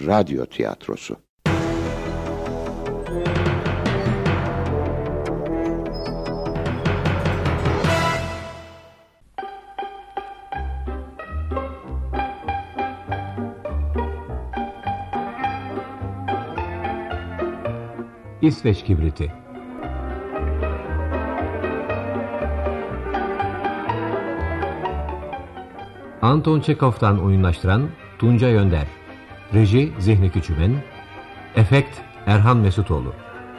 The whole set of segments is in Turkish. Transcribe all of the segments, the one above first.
radyo tiyatrosu. İsveç Kibriti. Anton Çekhov'tan oyunlaştıran Tuncay Önder. Reji Zihni Küçümen. Efekt Erhan Mesutoğlu.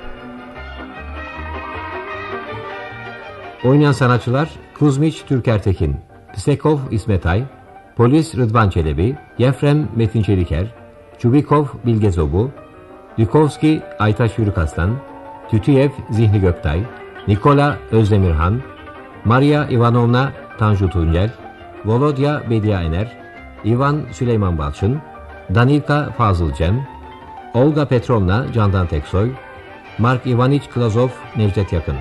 Oynayan sanatçılar Kuzmiç Türkertekin, Psekov İsmetay, Polis Rıdvan Çelebi, Yefrem Metin Çeliker, Çubikov Bilge Zobu, Yukovski Aytaç Yürükaslan, Tütüyev Zihni Göktay, Nikola Özdemirhan, Maria Ivanovna Tanju Tuncel, Volodya Bediye Ener, Ivan Süleyman Balçın, Danilka Fazıl Cem, Olga Petrovna Candan Teksoy, Mark Ivaniç Klazov Necdet Yakın.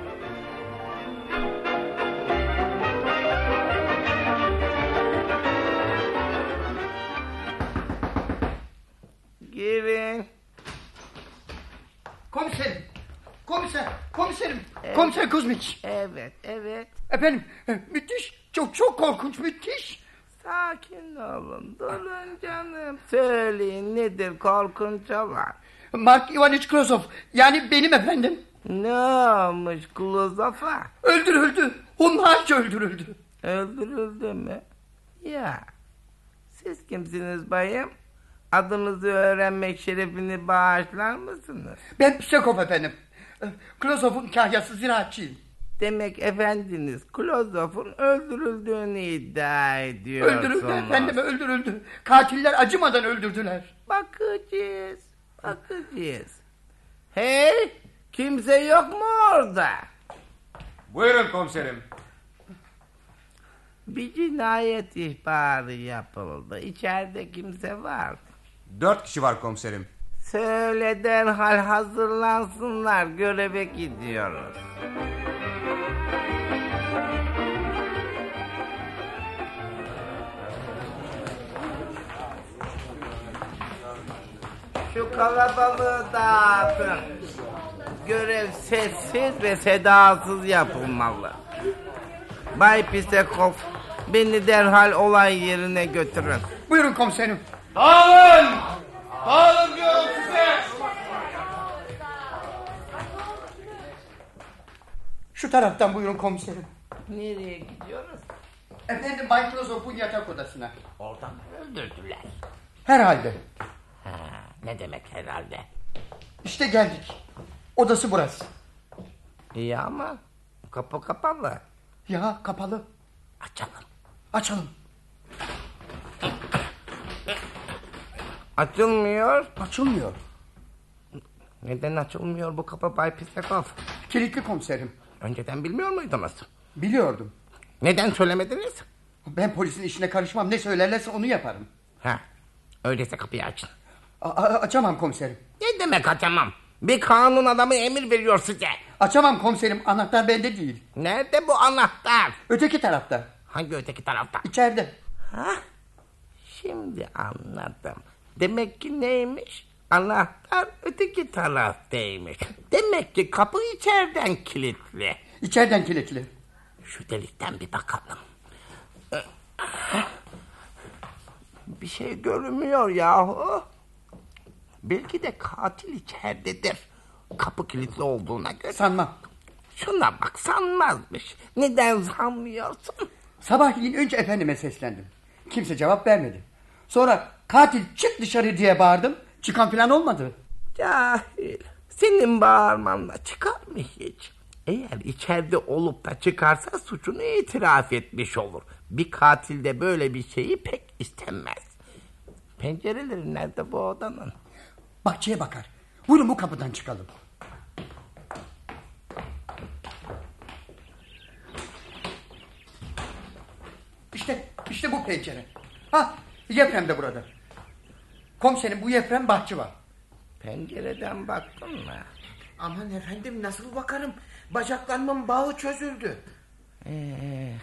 Girin. Komiserim, komiserim, Evet. komiser Kuzmiç. Evet. Efendim, müthiş, çok korkunç, müthiş. Sakin olun, durun canım. Söyleyin, nedir korkunç olan? Mark Ivaniç Klozov, yani benim efendim. Ne olmuş Klozov'a? Öldürüldü, hunharca öldürüldü. Öldürüldü mü? Ya, siz kimsiniz bayım? Adınızı öğrenmek şerefini bağışlar mısınız? Ben Psekov efendim. Klozov'un kahyası ziraatçıyım. Demek efendiniz Klozov'un öldürüldüğünü iddia ediyorsunuz. Öldürüldü efendim, öldürüldü. Katiller acımadan öldürdüler. Bakacağız. Hey, kimse yok mu orada? Buyurun komiserim. Bir cinayet ihbarı yapıldı. İçeride kimse var. 4 kişi var komiserim. Söyle derhal hazırlansınlar. Göreve gidiyoruz. Şu kalabalığı dağıtın. Görev sessiz ve sedasız yapılmalı. Bay Psekov, beni derhal olay yerine götürün. Buyurun komiserim. Dağılın! Dağılın diyorum size! Şu taraftan buyurun komiserim. Nereye gidiyoruz? Efendim, Bay Klozov'un yatak odasına. Oradan öldürdüler. Herhalde. Ne demek herhalde? İşte geldik. Odası burası. İyi ama kapı kapalı. Ya, kapalı. Açalım. Açılmıyor. Neden açılmıyor bu kapı Bay Psekov? Kilitli komiserim. Önceden bilmiyor muydunuz? Biliyordum. Neden söylemediniz? Ben polisin işine karışmam. Ne söylerlerse onu yaparım. Öyleyse kapıyı açın. Açamam komiserim. Ne demek açamam? Bir kanun adamı emir veriyor size. Açamam komiserim. Anahtar bende değil. Nerede bu anahtar? Öteki tarafta. Hangi öteki tarafta? İçeride. Şimdi anladım. Demek ki neymiş? Anahtar öteki taraftaymış. Demek ki kapı içeriden kilitli. İçeriden kilitli. Şu delikten bir bakalım. Bir şey görünmüyor yahu. Belki de katil içeridedir. Kapı kilitli olduğuna göre. Sanmam. Şuna bak, sanmazmış. Neden sanmıyorsun? Sabahleyin önce efendime seslendim. Kimse cevap vermedi. Sonra katil çık dışarı diye bağırdım. Çıkan falan olmadı. Cahil. Senin bağırmanla çıkar mı hiç? Eğer içeride olup da çıkarsa suçunu itiraf etmiş olur. Bir katil de böyle bir şeyi pek istemez. Pencereleri nerede bu odanın? Bahçeye bakar. Buyurun bu kapıdan çıkalım. İşte bu pencere. Yefrem de burada. Komiserim, bu Yefrem bahçıvan. Pencereden baktın mı? Aman efendim, nasıl bakarım? Bacaklarımın bağı çözüldü.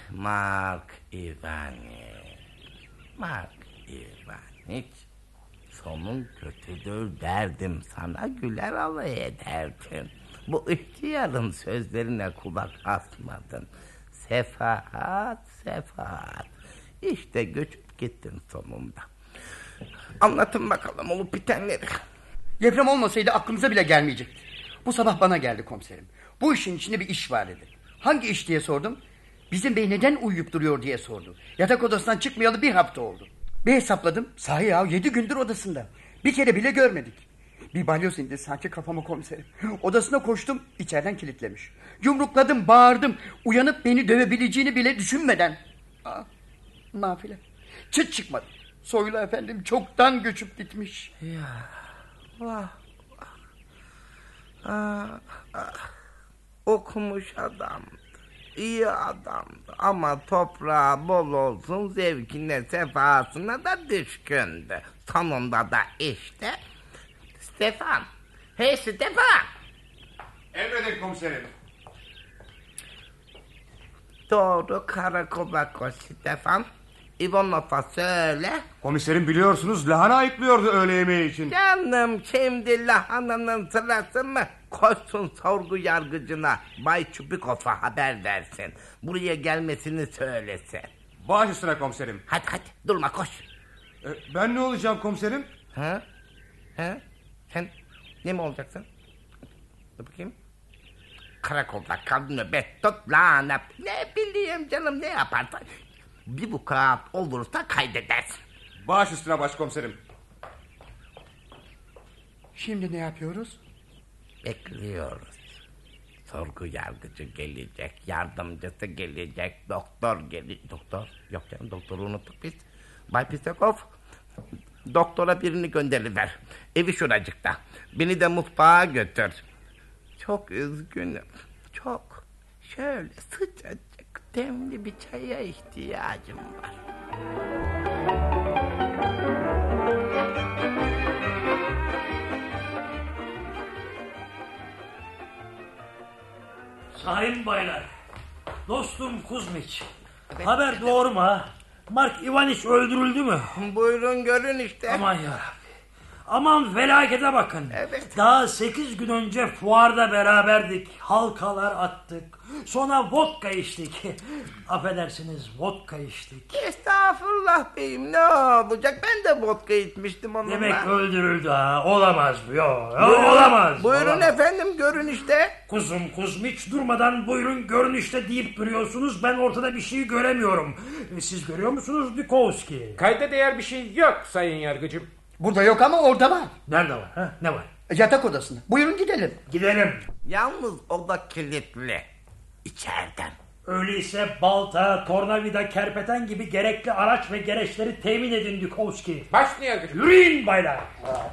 Mark Ivaniç. sonun kötüdür derdim, sana güler alay ederdim. Bu ihtiyarın sözlerine kulak asmadın. Sefahat, sefahat. İşte göçüp gittin sonunda. Anlatın bakalım olup bitenleri. Deprem olmasaydı aklımıza bile gelmeyecekti. Bu sabah bana geldi komiserim. Bu işin içinde bir iş var dedi. Hangi iş diye sordum. Bizim bey neden uyuyup duruyor diye sordu. Yatak odasından çıkmayalı 1 hafta oldu. Bir hesapladım. Sahi ya 7 gündür odasında. Bir kere bile görmedik. Bir balyoz indi sanki kafama komiserim. Odasına koştum, içeriden kilitlemiş. Yumrukladım, bağırdım. Uyanıp beni dövebileceğini bile düşünmeden. Nafile. Çıt çıkmadı. Soylu efendim çoktan göçüp gitmiş. Ya vah. Okumuş adamdı, iyi adamdı ama toprağı bol olsun, zevkine sefasına da düşkündü. Sonunda da işte Stefan. Hey Stefan. Emredin komiserim. Doğru karakola koş Stefan. İvanov'a söyle. Komiserim biliyorsunuz lahana ayıklıyordu öğle yemeği için. Canım şimdi lahananın sırası mı? Koşsun sorgu yargıcına, Bay Çubikov'a haber versin. Buraya gelmesini söylesin. Baş üstüne komiserim. Hadi durma koş. Ben ne olacağım komiserim? Ha? Sen ne mi olacaksın? Dur bakayım. Karakolda kaldın nöbet tut lahana. Ne bileyim canım, ne yaparsan. Bir vukuat olursa kaydedersin. Baş üstüne başkomiserim. Şimdi ne yapıyoruz? Bekliyoruz. Sorgu yargıcı gelecek, yardımcısı gelecek, doktor gelecek. Doktor? Yok canım, doktoru unuttuk biz. Bay Pisakov, doktora birini gönderiver. Evi şuracıkta. Beni de mutfağa götür. Çok üzgünüm. Çok. Şöyle sıcacık, demli bir çaya ihtiyacım var. Sayın baylar, dostum Kuzmiç, haber doğru mu ha? Mark Ivaniç öldürüldü mü? Buyurun görün işte. Aman yarabbim. Aman felakete bakın. Evet. Daha 8 gün önce fuarda beraberdik. Halkalar attık. Sonra vodka içtik. Affedersiniz, vodka içtik. Estağfurullah beyim, ne olacak? Ben de vodka içmiştim onunla. Demek öldürüldü ha. Olamaz bu. Olamaz. Buyurun olamaz. efendim, görün işte. Kuzum Kuzmiç durmadan buyurun görün işte deyip duruyorsunuz. Ben ortada bir şey göremiyorum. Siz görüyor musunuz Dukovski? Kayda değer bir şey yok sayın yargıcım. Burada yok ama orada var. Nerede var? Ha? Ne var? Yatak odasında. Buyurun gidelim. Gidelim. Yalnız oda kilitli. İçeriden. Öyleyse balta, tornavida, kerpeten gibi gerekli araç ve gereçleri temin edin Dukovski. Başlı yargıcım. Yürüyün baylar.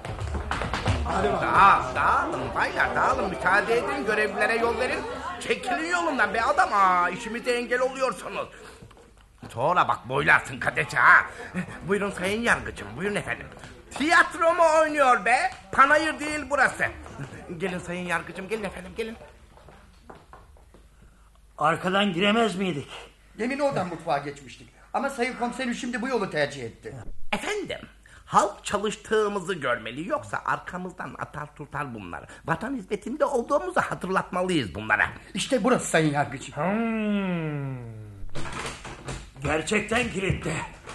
Dağılın baylar, dağılın, müsaade edin, görevlilere yol verin. Çekilin yolundan be adam, işimize engel oluyorsunuz. Sonra bak boylarsın kadeçe ha. Buyurun sayın yargıcım, buyurun efendim. Tiyatro mu oynuyor be? Panayır değil burası. Gelin sayın yargıcım, gelin efendim, gelin. Arkadan giremez miydik? Demin oradan mutfağa geçmiştik. Ama sayın komiserim şimdi bu yolu tercih etti. Efendim, halk çalıştığımızı görmeli, yoksa arkamızdan atar tutar bunları. Vatan hizmetinde olduğumuzu hatırlatmalıyız bunlara. İşte burası sayın yargıcım. Gerçekten kilitli.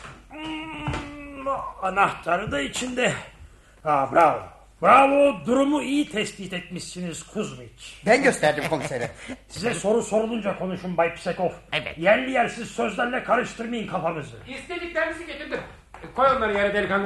Anahtarı da içinde. Bravo. Bravo, durumu iyi tespit etmişsiniz Kuzmiç. Ben gösterdim komisere. Size soru sorulunca konuşun Bay Pisakov. Evet. Yerli yersiz sözlerle karıştırmayın kafamızı. İstediklerinizi getirdim. Koy onları yere delikanlı.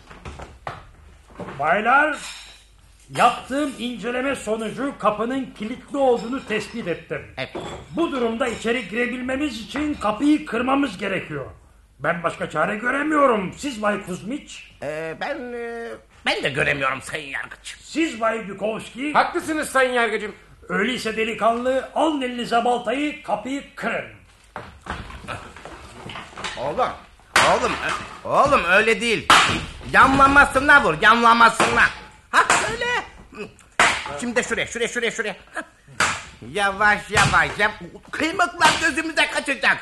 Baylar, yaptığım inceleme sonucu kapının kilitli olduğunu tespit ettim. Evet. Bu durumda içeri girebilmemiz için kapıyı kırmamız gerekiyor. Ben başka çare göremiyorum. Siz Bay Kuzmiç? Ben de göremiyorum sayın yargıç. Siz Bay Dukovski? Haklısınız sayın yargıcım. Öyleyse delikanlı, alın elinize baltayı, kapıyı kırın. Oğlum öyle değil. Yanlamasına vur, yanlamasına. Ha öyle. Şimdi de şuraya. Yavaş. Kıymıklar gözümüze kaçacak.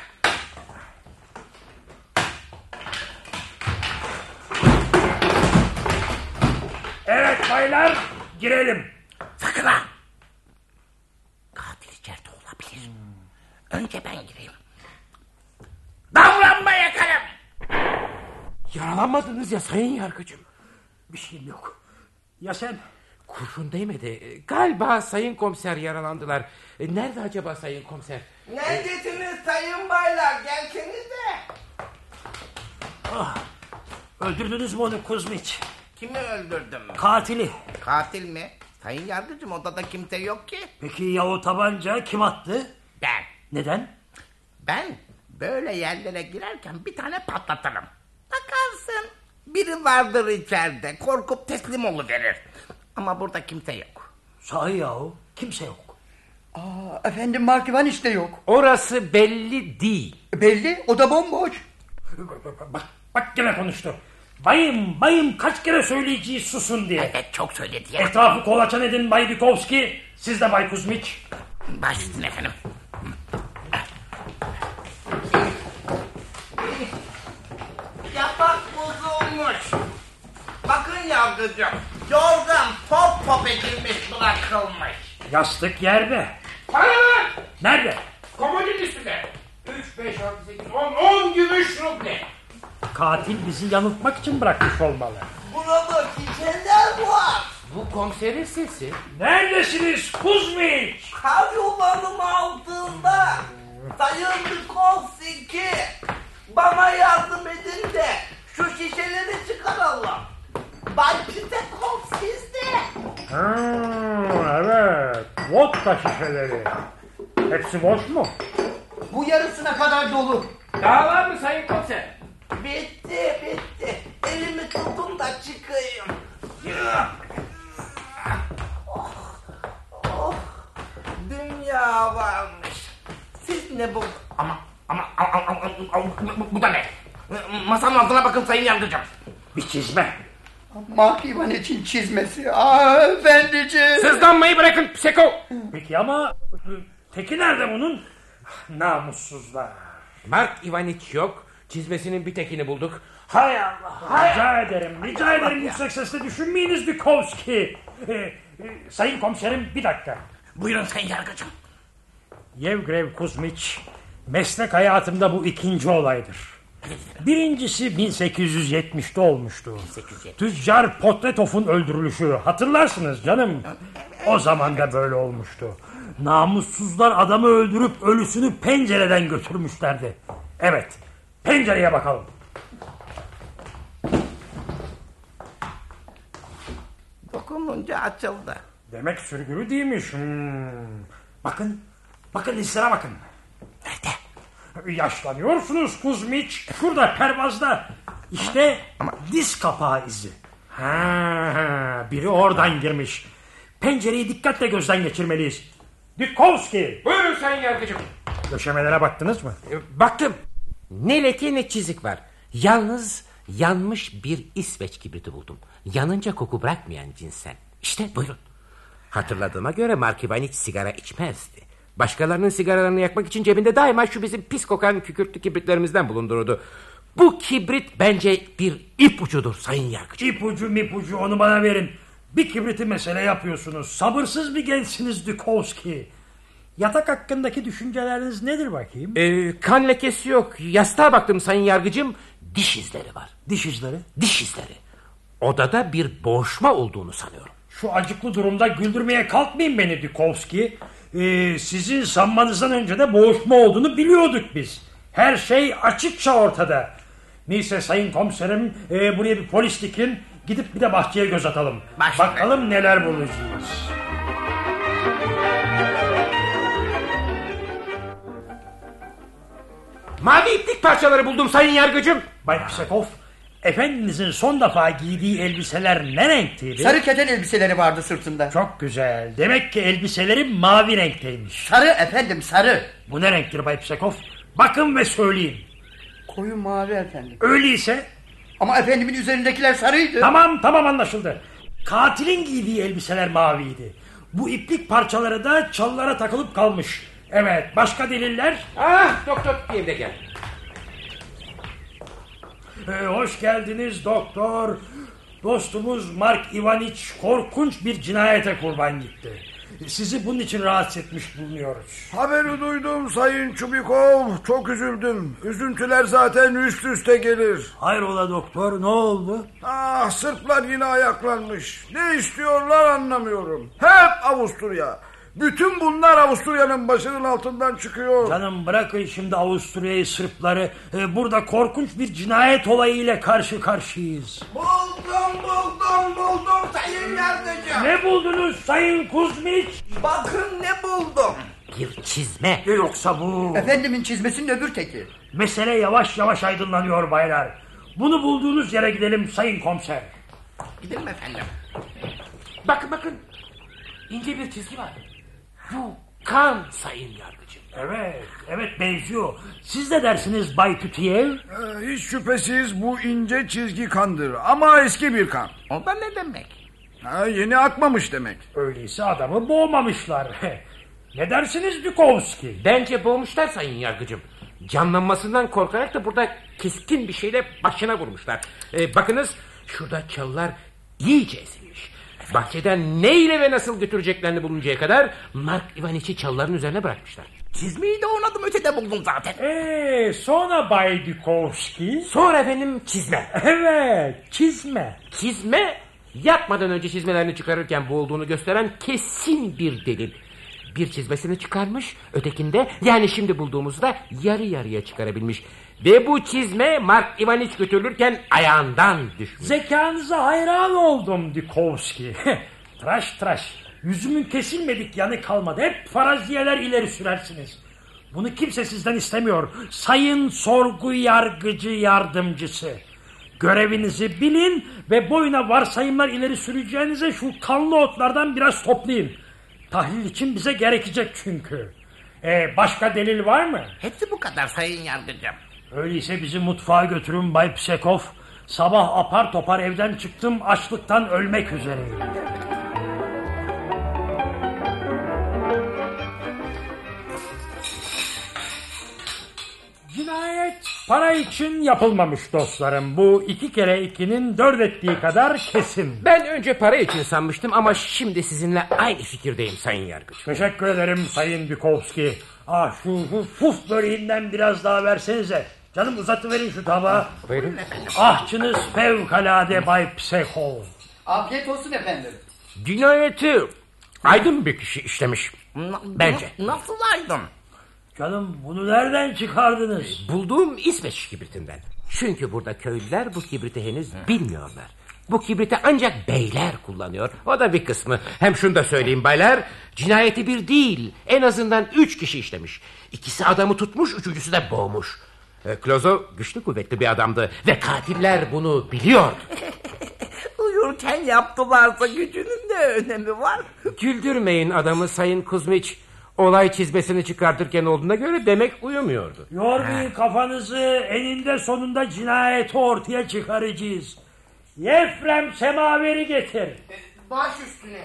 Evet baylar, girelim. Sakın ha! Katil içeride olabilir. Önce ben gireyim. Davranma yakarım! Yaralanmadınız ya sayın yargıcım. Bir şeyim yok. Ya sen? Kurşun değmedi. Galiba sayın komiser yaralandılar. Nerede acaba sayın komiser? Neredesiniz sayın baylar? Gelsenize. Öldürdünüz mü onu Kuzmiç? Kimi öldürdüm? Katili. Katil mi? Sayın yargıcım, odada kimse yok ki. Peki ya o tabanca kim attı? Ben. Neden? Ben böyle yerlere girerken bir tane patlatırım. Bakarsın biri vardır içeride, korkup teslim oluverir. Ama burada kimse yok. Sahi yahu, kimse yok. Efendim Mark Ivaniç de yok. Orası belli değil. Belli, o da bomboş. Bak gene konuştu. Bayım kaç kere söyleyeceğiz susun diye. Evet, çok söyledi ya. Etrafı kolaçan edin Bay Dukovski. Siz de Bay Kuzmiç. Baş üstüne efendim. Yatak bozulmuş. Bakın yargıcım, yorgan top edilmiş, bırakılmış. Yastık yerde. Paralar! Nerede? Komodin üstünde. 3, 5, 6, 8, 10 gümüş ruble. Katil bizi yanıltmak için bırakmış olmalı. Burada şişeler var. Bu komiserin sesi. Neredesiniz Kuzmiç? Karyolanın altında. Sayın Dukovski, bana yardım edin de şu şişeleri çıkaralım. Bay Pitekov sizde. Evet. Vodka şişeleri. Hepsi boş mu? Bu yarısına kadar dolu. Daha var mı sayın komiser? Bitti. Elimi tutun da çıkayım. Oh, dünya varmış. Siz ne bu? Ama bu da ne? Masanın altına bakın sayın yargıcım. Bir çizme. Mark Ivaniç'in çizmesi. Efendiciğim. Sızlanmayı bırakın Pseko. Peki ama teki nerede bunun? Namussuzlar. Mark Ivaniç yok. Çizmesinin bir tekini bulduk. Hay Allah. Rica ederim yüksek sesle düşünmeyiniz Dukovski. Sayın komiserim bir dakika. Buyurun sayın yargıcım. Yevgrev Kuzmiç, meslek hayatımda bu ikinci olaydır. Birincisi 1870'te olmuştu. 1870. Tüccar Potretov'un öldürülüşü. Hatırlarsınız canım. O zaman da böyle olmuştu. Namussuzlar adamı öldürüp ölüsünü pencereden götürmüşlerdi. Evet, pencereye bakalım. Dokununca açıldı. Demek sürgülü değilmiş. Bakın izlere bakın. Nerede? Yaşlanıyorsunuz Kuzmiç. Şurada pervazda. İşte diz kapağı izi. Biri oradan girmiş. Pencereyi dikkatle gözden geçirmeliyiz. Dukovski. Buyurun sayın yargıcım. Döşemelere baktınız mı? Baktım. Ne leke ne çizik var. Yalnız yanmış bir İsveç kibriti buldum. Yanınca koku bırakmayan cinsten. İşte buyurun. Hatırladığıma göre Mark Ivaniç sigara içmezdi. Başkalarının sigaralarını yakmak için cebinde daima şu bizim pis kokan kükürtlü kibritlerimizden bulundururdu. Bu kibrit bence bir ipucudur sayın yargıcım. İpucu mipucu onu bana verin. Bir kibriti mesele yapıyorsunuz. Sabırsız bir gençsiniz Dukovski. Yatak hakkındaki düşünceleriniz nedir bakayım? Kan lekesi yok. Yastığa baktım sayın yargıcım. Diş izleri var. Diş izleri. Diş izleri. Odada bir boğuşma olduğunu sanıyorum. Şu acıklı durumda güldürmeye kalkmayın beni Dukovski. Sizin sanmanızdan önce de boğuşma olduğunu biliyorduk biz. Her şey açıkça ortada. Neyse sayın komiserim, buraya bir polis dikin. Gidip bir de bahçeye göz atalım. Bakalım neler bulacağız. Mavi iplik parçaları buldum sayın yargıcım. Bay Psekov, efendinizin son defa giydiği elbiseler ne renkteydi? Sarı keten elbiseleri vardı sırtında. Çok güzel. Demek ki elbiseleri mavi renkteymiş. Sarı efendim, sarı. Bu ne renktir Bay Psekov? Bakın ve söyleyin. Koyu mavi efendim. Öyleyse... Ama efendimin üzerindekiler sarıydı. Tamam anlaşıldı. Katilin giydiği elbiseler maviydi. Bu iplik parçaları da çalılara takılıp kalmış. Evet, başka deliller? Doktor evde gel. Hoş geldiniz doktor. Dostumuz Mark Ivaniç korkunç bir cinayete kurban gitti. Sizi bunun için rahatsız etmiş bulunuyoruz. Haberi duydum Sayın Çubikov. Çok üzüldüm. Üzüntüler zaten üst üste gelir. Hayrola doktor, ne oldu? Sırplar yine ayaklanmış. Ne istiyorlar anlamıyorum. Hep Avusturya. Bütün bunlar Avusturya'nın başının altından çıkıyor. Canım bırakın şimdi Avusturya'yı, Sırpları. Burada korkunç bir cinayet olayı ile karşı karşıyayız. Buldum sayın yargıcım. Ne buldunuz Sayın Kuzmiç? Bakın ne buldum. Bir çizme. Yoksa bu... Efendimin çizmesinin öbür teki. Mesele yavaş yavaş aydınlanıyor baylar. Bunu bulduğunuz yere gidelim Sayın Komiser. Gidelim efendim. Bakın. İnce bir çizgi var. Bu kan sayın yargıcım. Evet benziyor. Siz ne dersiniz Bay Tütiyev? Hiç şüphesiz bu ince çizgi kandır. Ama eski bir kan. O da ne demek? Yeni akmamış demek. Öyleyse adamı boğmamışlar. Ne dersiniz Dukovski? Bence boğmuşlar sayın yargıcım. Canlanmasından korkarak da burada keskin bir şeyle başına vurmuşlar. Bakınız şurada çalılar iyice ezilmiş. Bahçeden ne ile ve nasıl götüreceklerini buluncaya kadar Mark Ivaniç'i çalıların üzerine bırakmışlar. Çizmeyi de oynadım, ötede buldum zaten. Sonra Bay Dukovski? Sonra efendim çizme. Evet, çizme. Çizme yatmadan önce çizmelerini çıkarırken boğulduğunu gösteren kesin bir delil. Bir çizmesini çıkarmış, ötekinde yani şimdi bulduğumuzda yarı yarıya çıkarabilmiş. Ve bu çizme Mark Ivaniç götürülürken ayağından düşmüş. Zekanıza hayran oldum Dukovski. Tıraş. Yüzümün kesilmedik yanı kalmadı. Hep faraziyeler ileri sürersiniz. Bunu kimse sizden istemiyor. Sayın sorgu yargıcı yardımcısı. Görevinizi bilin ve boyuna varsayımlar ileri süreceğinize şu kanlı otlardan biraz toplayın. Tahlil için bize gerekecek çünkü. Başka delil var mı? Hepsi bu kadar sayın yargıcım. Öyleyse bizi mutfağa götürün Bay Psekov. Sabah apar topar evden çıktım, açlıktan ölmek üzereyim. Cinayet para için yapılmamış dostlarım. Bu 2 kere 2'nin 4 ettiği kadar kesin. Ben önce para için sanmıştım ama şimdi sizinle aynı fikirdeyim sayın yargıç. Teşekkür ederim Sayın Dukovski. Şu puf böreğinden biraz daha versenize. Canım uzatıverin şu tabağı. Buyurun. Ahçınız fevkalade Bay Psekov. Afiyet olsun efendim. Cinayeti aydın bir kişi işlemiş. Bence. Nasıl aydın? Canım bunu nereden çıkardınız? Bulduğum İsveç kibritinden. Çünkü burada köylüler bu kibriti henüz bilmiyorlar. Bu kibriti ancak beyler kullanıyor. O da bir kısmı. Hem şunu da söyleyeyim baylar. Cinayeti bir değil, en azından 3 kişi işlemiş. 2'si adamı tutmuş, 3.'sü de boğmuş. Klozo güçlü kuvvetli bir adamdı ve katiller bunu biliyordu. Uyurken yaptılarsa gücünün de önemi var. Güldürmeyin adamı Sayın Kuzmiç. Olay çizmesini çıkartırken olduğuna göre demek uyumuyordu. Yormayın kafanızı, eninde sonunda cinayeti ortaya çıkaracağız. Yefrem semaveri getir. Baş üstüne.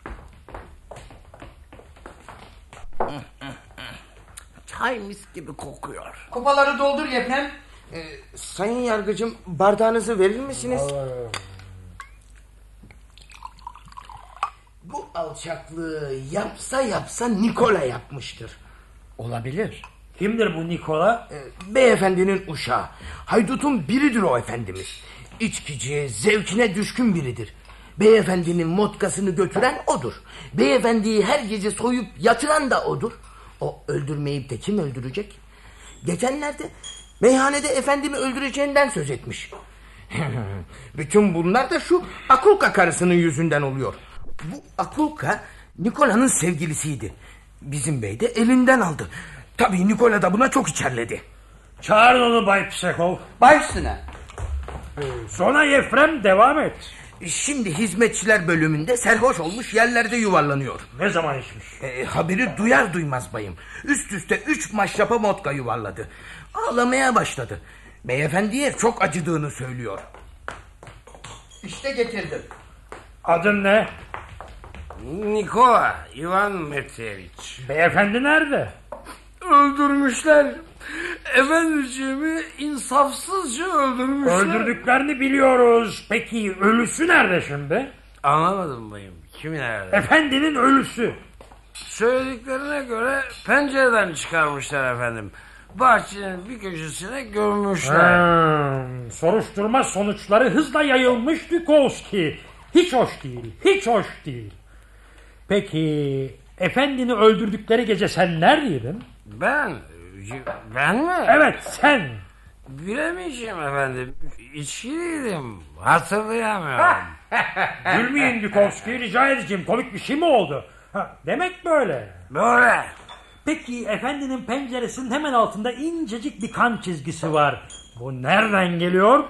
Çay mis gibi kokuyor. Kupaları doldur Yefrem. Sayın yargıcım, bardağınızı verir misiniz? Bu alçaklığı yapsa Nikola yapmıştır. Olabilir. Kimdir bu Nikola? Beyefendinin uşağı. Haydutun biridir o efendimiz. İçkici, zevkine düşkün biridir. Beyefendinin motkasını götüren odur. Beyefendiyi her gece soyup yatıran da odur. O öldürmeyip de kim öldürecek? Geçenlerde meyhanede efendimi öldüreceğinden söz etmiş. Bütün bunlar da şu Akulka karısının yüzünden oluyor. Bu Akulka Nikola'nın sevgilisiydi. Bizim bey de elinden aldı. Tabii Nikola da buna çok içerledi. Çağırın onu Bay Psekov. Baş üstüne. Sonra Yefrem devam et. Şimdi hizmetçiler bölümünde serhoş olmuş yerlerde yuvarlanıyor. Ne zaman içmiş? Haberi duyar duymaz bayım. Üst üste 3 maşrapa motka yuvarladı. Ağlamaya başladı. Beyefendiye çok acıdığını söylüyor. İşte getirdim. Adın ne? Nikola Ivan Meteviç. Beyefendi nerede? Öldürmüşler. efendiciğimi insafsızca öldürmüşler. Öldürdüklerini biliyoruz. Peki ölüsü nerede şimdi? Anlamadım bayım. Kim nerede? Efendinin ölüsü. Söylediklerine göre pencereden çıkarmışlar efendim. Bahçenin bir köşesine gömmüşler. Soruşturma sonuçları hızla yayılmış Dukovski. Hiç hoş değil. Hiç hoş değil. Peki efendini öldürdükleri gece sen neredeydin? Ben mi? Evet sen. Bilemeyeceğim efendim. İçkiliydim. Hatırlayamıyorum. Gülmeyin Dukovski, rica edeceğim. Komik bir şey mi oldu? Demek böyle. Böyle. Peki efendinin penceresinin hemen altında incecik bir kan çizgisi var. Bu nereden geliyor?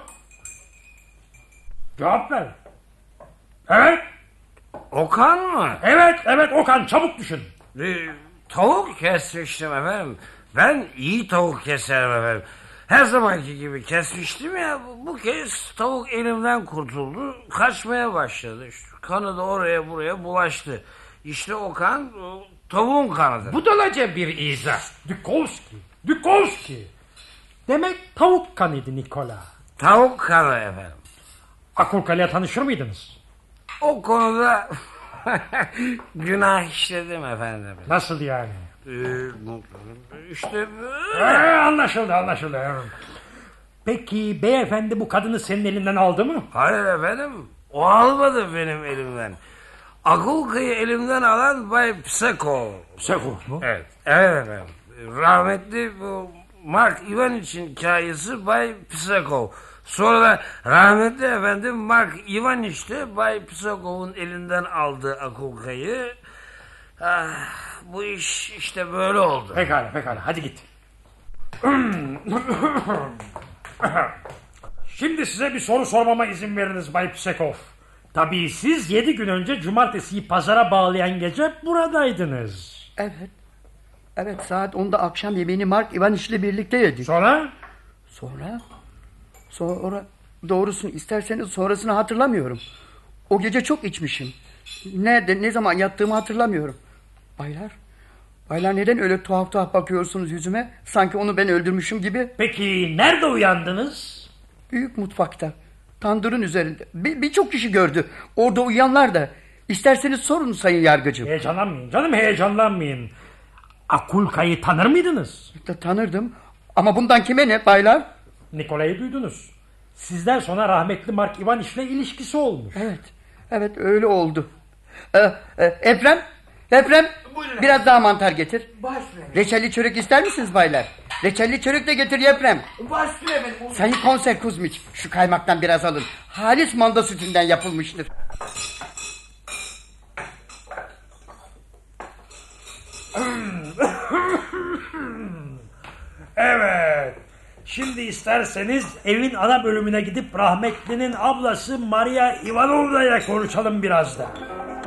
Cevap ver. Evet. O kan mı? Evet o kan, çabuk düşün. Tavuk kesmiştim efendim. Ben iyi tavuk keserim efendim. Her zamanki gibi kesmiştim ya, bu kez tavuk elimden kurtuldu. Kaçmaya başladı. Kanı da oraya buraya bulaştı. İşte o kan tavuğun kanıdır. Budalaca bir izah. Dukovski. Demek tavuk kanıydı Nikola. Tavuk kanı efendim. Akulka'yla tanışır mıydınız? O konuda günah işledim efendim. Nasıl yani? İşte Anlaşıldı. Peki beyefendi bu kadını senin elinden aldı mı? Hayır efendim. O almadı benim elimden. Akulka'yı elimden alan Bay Psekov. Psekov mu? Evet efendim. Rahmetli bu Mark Ivanich'in hikayesi Bay Psekov. Sonra da rahmetli efendim Mark Ivaniç de Bay Psekov'un elinden aldı Akulka'yı. Bu iş işte böyle oldu. Pekala hadi git. Şimdi size bir soru sormama izin veriniz Bay Psekov. Tabii siz 7 gün önce cumartesiyi pazara bağlayan gece buradaydınız. Evet, saat 10'da akşam yemeğini Mark Ivaniç'le birlikte yedik. Sonra doğrusunu isterseniz sonrasını hatırlamıyorum. O gece çok içmişim. Nerede, ne zaman yattığımı hatırlamıyorum. Baylar neden öyle tuhaf bakıyorsunuz yüzüme? Sanki onu ben öldürmüşüm gibi. Peki nerede uyandınız? Büyük mutfakta. Tandırın üzerinde. Birçok kişi gördü. Orada uyuyanlar da. İsterseniz sorun sayın yargıcım. Heyecanlanmayın. Akulka'yı tanır mıydınız? Tanırdım. Ama bundan kime ne baylar? Nikola'yı duydunuz. Sizden sonra rahmetli Mark Ivaniç'le ilişkisi olmuş. Evet öyle oldu. Efrem biraz daha mantar getir. Reçelli çörek ister misiniz baylar? Reçelli çörek de getir Efrem. Sayın Komiser Kuzmiç, şu kaymaktan biraz alın. Halis manda sütünden yapılmıştır. Evet. Şimdi isterseniz evin ana bölümüne gidip rahmetlinin ablası Maria Ivanovna'ya konuşalım biraz da.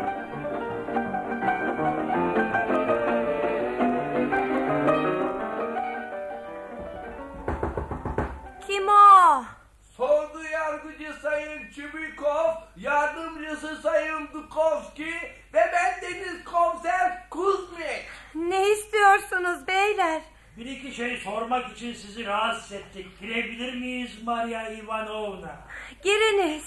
Kim o? Sordu yargıcı Sayın Çubikov, yardımcısı Sayın Dukovski ve bendeniz Komiser Kuzmik. Ne istiyorsunuz beyler? Bir iki şey sormak için sizi rahatsız ettik. Girebilir miyiz Maria Ivanovna? Giriniz.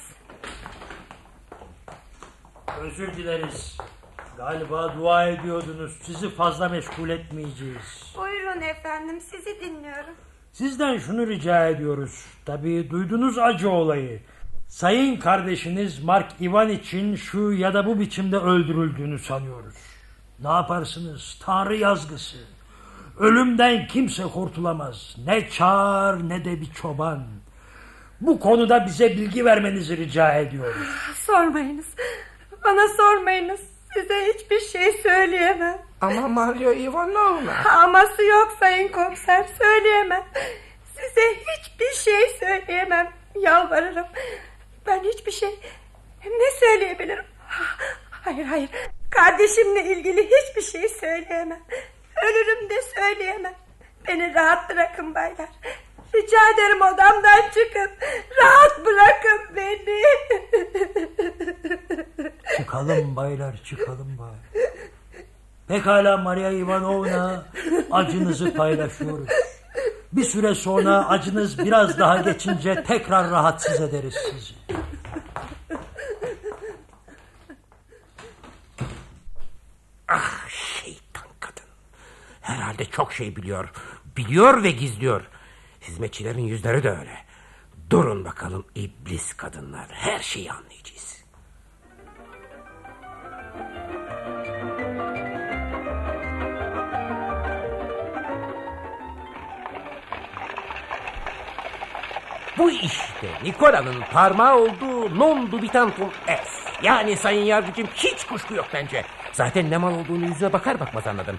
Özür dileriz. Galiba dua ediyordunuz. Sizi fazla meşgul etmeyeceğiz. Buyurun efendim, sizi dinliyorum. Sizden şunu rica ediyoruz. Tabii duydunuz acı olayı. Sayın kardeşiniz Mark Ivaniç'in şu ya da bu biçimde öldürüldüğünü sanıyoruz. Ne yaparsınız? Tanrı yazgısı. Ölümden kimse kurtulamaz. Ne çağır ne de bir çoban. Bu konuda bize bilgi vermenizi rica ediyoruz. Sormayınız. Bana sormayınız. Size hiçbir şey söyleyemem. Ama Maria Ivanovna. Aması yok sayın komiser, söyleyemem. Size hiçbir şey söyleyemem. Yalvarırım. Ben hiçbir şey... Ne söyleyebilirim? Hayır. Kardeşimle ilgili hiçbir şey söyleyemem. Ölürüm de söyleyemem. Beni rahat bırakın baylar. Rica ederim, odamdan çıkın. Rahat bırakın beni. Çıkalım baylar, çıkalım baylar. Pekala Maria Ivanovna, acınızı paylaşıyoruz. Bir süre sonra acınız biraz daha geçince tekrar rahatsız ederiz sizi. Ah, şeytan kadın. Herhalde çok şey biliyor. Biliyor ve gizliyor. Hizmetçilerin yüzleri de öyle. Durun bakalım iblis kadınlar. Her şeyi anlayacağız. Bu işte Nikola'nın parmağı olduğu non dubitantum est. Yani sayın yargıcım, hiç kuşku yok bence. Zaten ne mal olduğunu yüzüne bakar bakmaz anladım.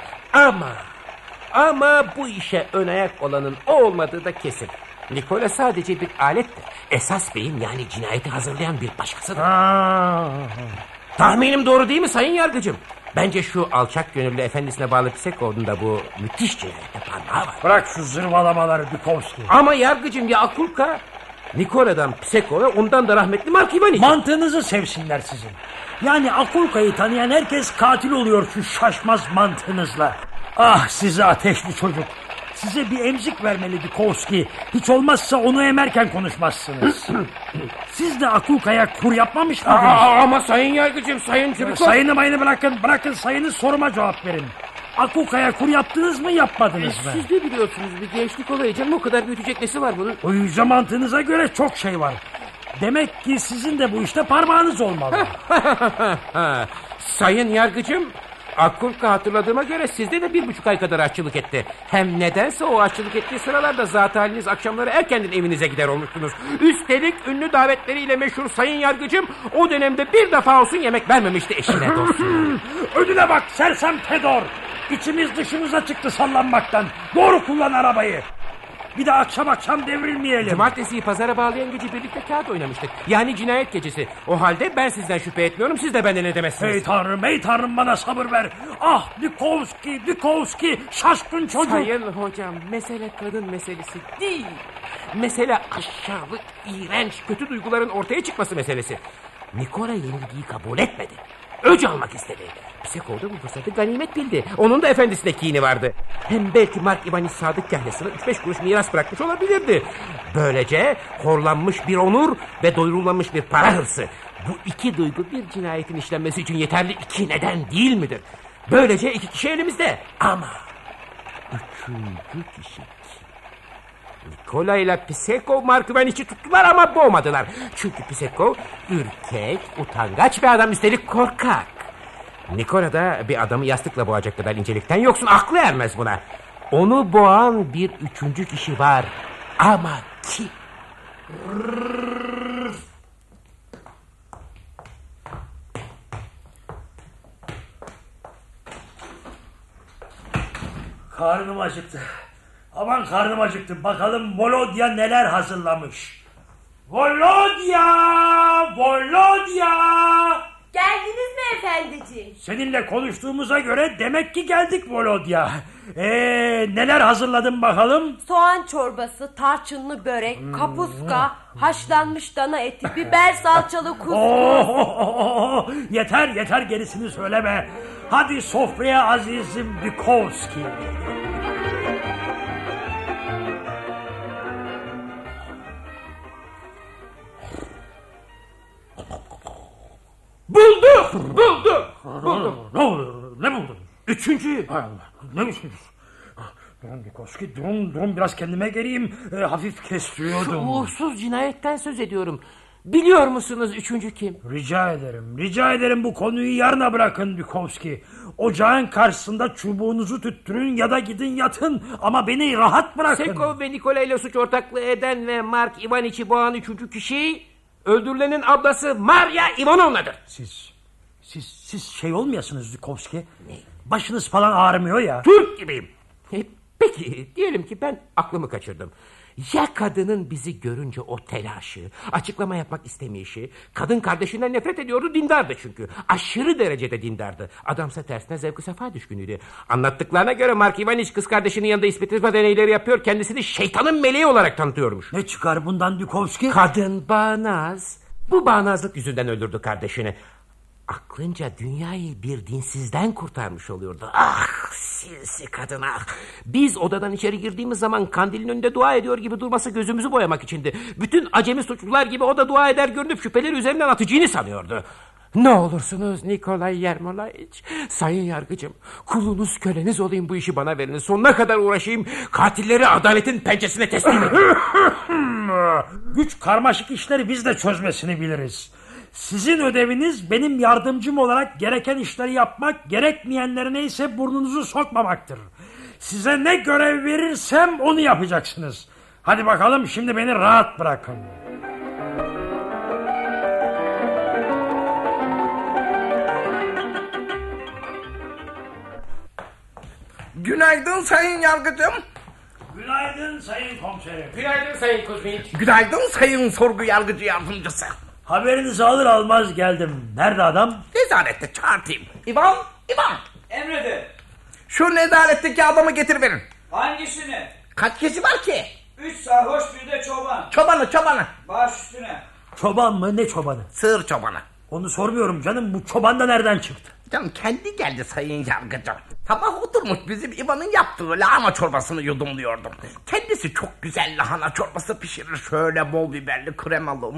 Ama bu işe ön ayak olanın o olmadığı da kesin. Nikola sadece bir alettir. Esas beyim, yani cinayeti hazırlayan bir başkasıdır. Tahminim doğru değil mi sayın yargıcım? Bence şu alçak gönüllü efendisine bağlı Pisekov'un da bu müthiş cinayette parmağı var. Bırak şu zırvalamaları Dukovski. Ama yargıcım, ya Akulka Nikola'dan Pisekov'a, ondan da rahmetli Mark Ivaniç. Mantığınızı sevsinler sizin. Yani Akulka'yı tanıyan herkes katil oluyor şu şaşmaz mantığınızla. Ah size ateşli çocuk. Size bir emzik vermeli Dukovski. Hiç olmazsa onu emerken konuşmazsınız. Siz de Akulka'ya kur yapmamış mıydınız? Ama sayın yargıcım, sayın Çubukov. Sayını mayını bırakın sayını, soruma cevap verin. Akulka'ya kur yaptınız mı, yapmadınız mı? Siz de biliyorsunuz, bir gençlik olayı canım, o kadar büyütecek nesi var bunun? O yüce mantığınıza göre çok şey var. Demek ki sizin de bu işte parmağınız olmalı. Sayın yargıcım, Akulka hatırladığıma göre sizde de 1,5 ay kadar aşçılık etti. Hem nedense o aşçılık ettiği sıralarda zat haliniz akşamları erkenden evinize gider olmuşsunuz. Üstelik ünlü davetleriyle meşhur sayın yargıcım o dönemde bir defa olsun yemek vermemişti eşine dostuna. Önüne bak sersem Fedor. İçimiz dışımıza çıktı sallanmaktan. Doğru kullan arabayı. Bir de akşam devrilmeyelim. Cumartesiyi pazara bağlayan gece birlikte kağıt oynamıştık. Yani cinayet gecesi. O halde ben sizden şüphe etmiyorum, siz de benden edemezsiniz. Hey tanrım bana sabır ver. Ah Dukovski şaşkın çocuk. Sayın hocam, mesele kadın meselesi değil. Mesele aşağılık, iğrenç, kötü duyguların ortaya çıkması meselesi. Nikola yenilgiyi kabul etmedi. Öc almak istedi. Pisekov da bu fırsatı ganimet bildi. Onun da efendisine kini vardı. Hem belki Mark Ivaniç sadık kahnesine 3-5 kuruş miras bırakmış olabilirdi. Böylece horlanmış bir onur ve doyurulmamış bir para hırsı. Bu iki duygu bir cinayetin işlenmesi için yeterli iki neden değil midir? Böylece iki kişi elimizde. Ama üçüncü kişi kim? Nikola ile Pisekov Mark Ivaniç'i tuttular ama boğmadılar. Çünkü Pisekov ürkek, utangaç bir adam, üstelik korkak. Nikola da bir adamı yastıkla boğacak kadar incelikten yoksun, aklı ermez buna. Onu boğan bir üçüncü kişi var. Ama kim? Karnım acıktı. Aman karnım acıktı. Bakalım Volodya neler hazırlamış. Volodya! Geldiniz mi efendiciğim? Seninle konuştuğumuza göre demek ki geldik Volodya. Neler hazırladın bakalım? Soğan çorbası, tarçınlı börek, kapuska, haşlanmış dana eti, biber salçalı kuskus. Yeter gerisini söyleme. Hadi sofraya azizim Dukovski. Buldum. Ne buldun? Üçüncüyü. Hay Allah, ne üçüncüsü? Durun Dukovski, durun biraz kendime geleyim. Hafif kestiriyordum. Şu uğursuz cinayetten söz ediyorum. Biliyor musunuz üçüncü kim? Rica ederim bu konuyu yarına bırakın Dukovski. Ocağın karşısında çubuğunuzu tüttürün ya da gidin yatın. Ama beni rahat bırakın. Sekov ve Nikola ile suç ortaklığı eden ve Mark Ivaniç'i boğan üçüncü kişi öldürülenin ablası Maria Ivanovna'dır. Siz şey olmayasınız Dukovski. Ne? Başınız falan ağrımıyor ya. Türk gibiyim. Peki diyelim ki ben aklımı kaçırdım. Ya kadının bizi görünce o telaşı, açıklama yapmak istemeyişi, kadın kardeşinden nefret ediyordu, dindardı çünkü. Aşırı derecede dindardı. Adamsa tersine zevk-ı sefa düşkünüydü. Anlattıklarına göre Mark Ivaniç kız kardeşinin yanında ispitrizma deneyleri yapıyor, kendisini şeytanın meleği olarak tanıtıyormuş. Ne çıkar bundan Dukovski? Kadın bağnaz. Bu bağnazlık yüzünden öldürdü kardeşini. aklınca dünyayı bir dinsizden kurtarmış oluyordu. Ah sinsi kadın ah. Biz odadan içeri girdiğimiz zaman kandilin önünde dua ediyor gibi durması gözümüzü boyamak içindi. Bütün acemi suçlular gibi o da dua eder görünüp şüpheleri üzerinden atacağını sanıyordu. Ne olursunuz Nikolay Yermolayiç, sayın yargıcım, kulunuz köleniz olayım, bu işi bana verin, sonuna kadar uğraşayım, katilleri adaletin pençesine teslim edin. Güç karmaşık işleri biz de çözmesini biliriz. Sizin ödeviniz benim yardımcım olarak gereken işleri yapmak, gerekmeyenlerine ise burnunuzu sokmamaktır. Size ne görev verirsem onu yapacaksınız. Hadi bakalım, şimdi beni rahat bırakın. Günaydın sayın yargıcım. Günaydın sayın komiserim. Günaydın sayın Kuzmiç. Günaydın sayın sorgu yargıcı yardımcısı. Haberinizi alır almaz geldim. Nerede adam? Nezarette çağırtayım. İvan. Emredin. Şu nezaretteki adamı getir verin. Hangisini? Kaç kişi var ki? 3 sarhoş bir de çoban. Çobanı. Baş üstüne. Çoban mı, ne çobanı? Sığır çobanı. Onu sormuyorum canım, bu çoban da nereden çıktı? Canım kendi geldi sayın yargıcım. Sabah oturmuş bizim İvan'ın yaptığı lahana çorbasını yudumluyordum. Kendisi çok güzel lahana çorbası pişirir. Şöyle bol biberli kremalı.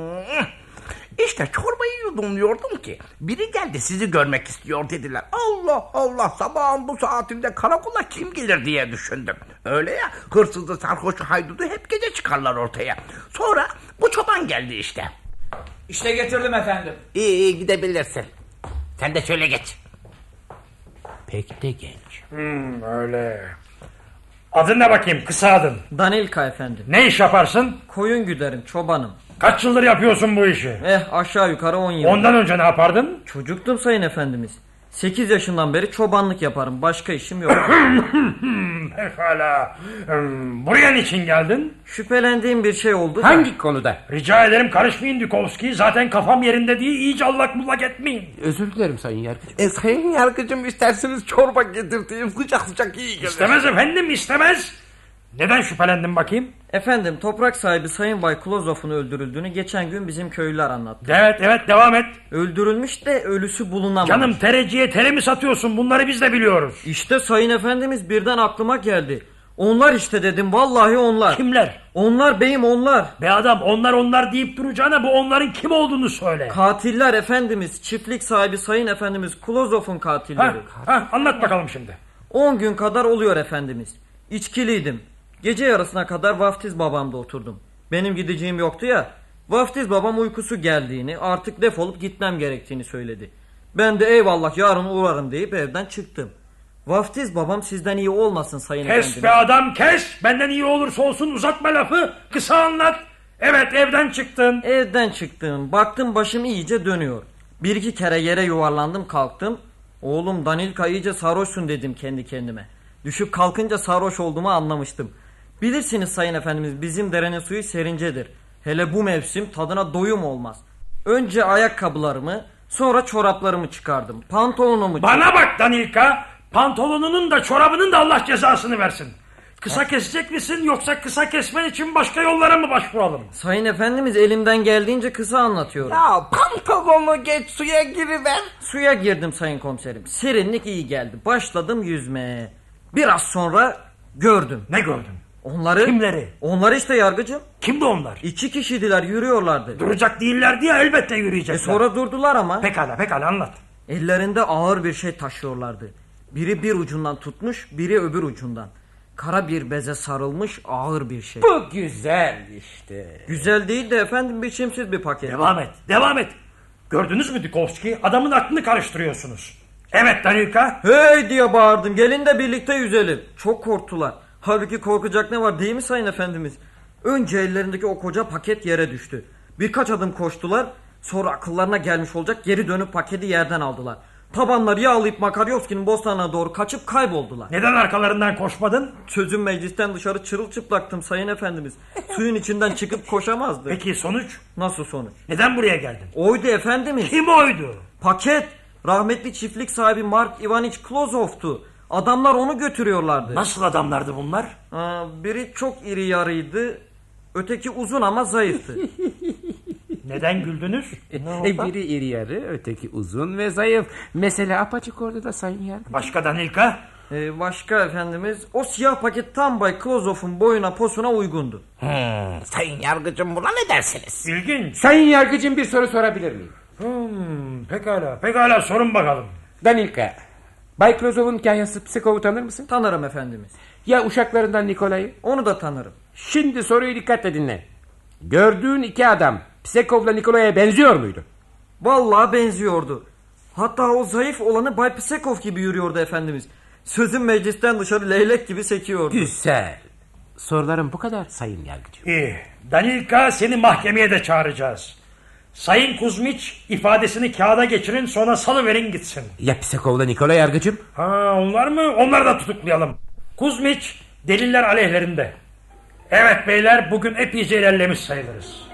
İşte çorbayı yudumluyordum ki biri geldi, sizi görmek istiyor dediler. Allah Allah, sabahın bu saatinde karakola kim gelir diye düşündüm. Öyle ya, hırsızı, sarhoşu, haydudu hep gece çıkarlar ortaya. Sonra bu çoban geldi işte. İşte getirdim efendim. İyi gidebilirsin. Sen de şöyle geç. Pek de genç. Öyle. Adın ne bakayım, kısa adın? Danilka efendim. Ne iş yaparsın? Koyun güderim, çobanım. Kaç yıldır yapıyorsun bu işi? Aşağı yukarı 10 yıl. Ondan önce ne yapardın? Çocuktum sayın efendimiz. 8 yaşından beri çobanlık yaparım. Başka işim yok. Pekala. Buraya niçin geldin? Şüphelendiğim bir şey oldu. Hangi konuda? Rica ederim karışmayın Dukovski. Zaten kafam yerinde değil. İyice allak bullak etmeyin. Özür dilerim sayın yargıcım. Sayın yargıcım, isterseniz çorba getirteyim. Sıcak sıcak iyi gelir. İstemez efendim, istemez. Neden şüphelendin bakayım? Efendim, toprak sahibi Sayın Bay Klozov'un öldürüldüğünü geçen gün bizim köylüler anlattı. Evet devam et. Öldürülmüş de ölüsü bulunamamış. Canım, tereciye tere mi satıyorsun? Bunları biz de biliyoruz. İşte sayın efendimiz, birden aklıma geldi. Onlar işte dedim, vallahi onlar. Kimler? Onlar beyim, onlar. Be adam, onlar deyip duracağına bu onların kim olduğunu söyle. Katiller efendimiz, çiftlik sahibi Sayın efendimiz Klozov'un katilleri. Anlat bakalım şimdi. 10 gün kadar oluyor efendimiz. İçkiliydim. Gece yarısına kadar vaftiz babamda oturdum. Benim gideceğim yoktu ya. Vaftiz babam uykusu geldiğini, artık defolup gitmem gerektiğini söyledi. Ben de eyvallah yarın uğrarım deyip evden çıktım. Vaftiz babam sizden iyi olmasın sayın efendimiz. Kes be adam, kes. Benden iyi olursa olsun, uzatma lafı. Kısa anlat. Evet, evden çıktın. Evden çıktım. Baktım başım iyice dönüyor. 1-2 kere yere yuvarlandım, kalktım. Oğlum Danilka, iyice sarhoşsun dedim kendi kendime. Düşüp kalkınca sarhoş olduğumu anlamıştım. Bilirsiniz sayın efendimiz, bizim derenin suyu serincedir. Hele bu mevsim tadına doyum olmaz. Önce ayakkabılarımı, sonra çoraplarımı çıkardım. Pantolonumu... Bana bak Danilka, pantolonunun da çorabının da Allah cezasını versin. Kısa kesecek misin, yoksa kısa kesmen için başka yollara mı başvuralım? Sayın efendimiz, elimden geldiğince kısa anlatıyorum. Ya pantolonu geç, suya giriver. Suya girdim sayın komiserim. Serinlik iyi geldi. Başladım yüzmeye. Biraz sonra gördüm. Ne gördün? Onları. Kimleri? Onları işte yargıcım. Kimdi onlar? 2 kişiydiler, yürüyorlardı. Duracak değillerdi ya, elbette yürüyecekler. Sonra durdular ama. Pekala anlat. Ellerinde ağır bir şey taşıyorlardı. Biri bir ucundan tutmuş, biri öbür ucundan. Kara bir beze sarılmış ağır bir şey. Bu güzel işte. Güzel değil de efendim, biçimsiz bir paket. Devam et. Gördünüz mü Dukovski? Adamın aklını karıştırıyorsunuz. Evet Danilka. Hey diye bağırdım, gelin de birlikte yüzelim. Çok korktular. Halbuki korkacak ne var değil mi sayın efendimiz? Önce ellerindeki o koca paket yere düştü. Birkaç adım koştular. Sonra akıllarına gelmiş olacak, geri dönüp paketi yerden aldılar. Tabanları yağlayıp Makaryovski'nin bostanına doğru kaçıp kayboldular. Neden arkalarından koşmadın? Sözüm meclisten dışarı çırılçıplaktım sayın efendimiz. Suyun içinden çıkıp koşamazdı. Peki sonuç? Nasıl sonuç? Neden buraya geldin? Oydu efendimiz. Kim oydu? Paket. Rahmetli çiftlik sahibi Mark Ivaniç Klozov'tu. Adamlar onu götürüyorlardı. Nasıl adamlardı bunlar? Biri çok iri yarıydı. Öteki uzun ama zayıftı. Neden güldünüz? Biri iri yarı, öteki uzun ve zayıf. Mesele apaçık orada sayın yargıcım. Başka Danilka? Başka efendimiz, o siyah paket tam Bay Klozov'un boyuna posuna uygundu. Sayın yargıcım, buna ne dersiniz? İlginç. Sayın yargıcım, bir soru sorabilir miyim? Pekala sorun bakalım. Danilka, Bay Klozov'un kahyası Psekov'u tanır mısın? Tanırım efendimiz. Ya uşaklarından Nikolay'ı? Onu da tanırım. Şimdi soruyu dikkatle dinle. Gördüğün iki adam Psekov'la Nikolay'a benziyor muydu? Vallahi benziyordu. Hatta o zayıf olanı Bay Psekov gibi yürüyordu efendimiz. Sözün meclisten dışarı leylek gibi sekiyordu. Güzel. Sorularım bu kadar sayın yargıcım. İyi. Danilka, seni mahkemeye de çağıracağız. Sayın Kuzmiç ifadesini kağıda geçirin, sonra salıverin gitsin. Ya Psekov'la Nikolay yargıcım? Onlar mı? Onları da tutuklayalım. Kuzmiç, deliller aleyhlerinde. Evet beyler, bugün epeyce ilerlemiş sayılırız.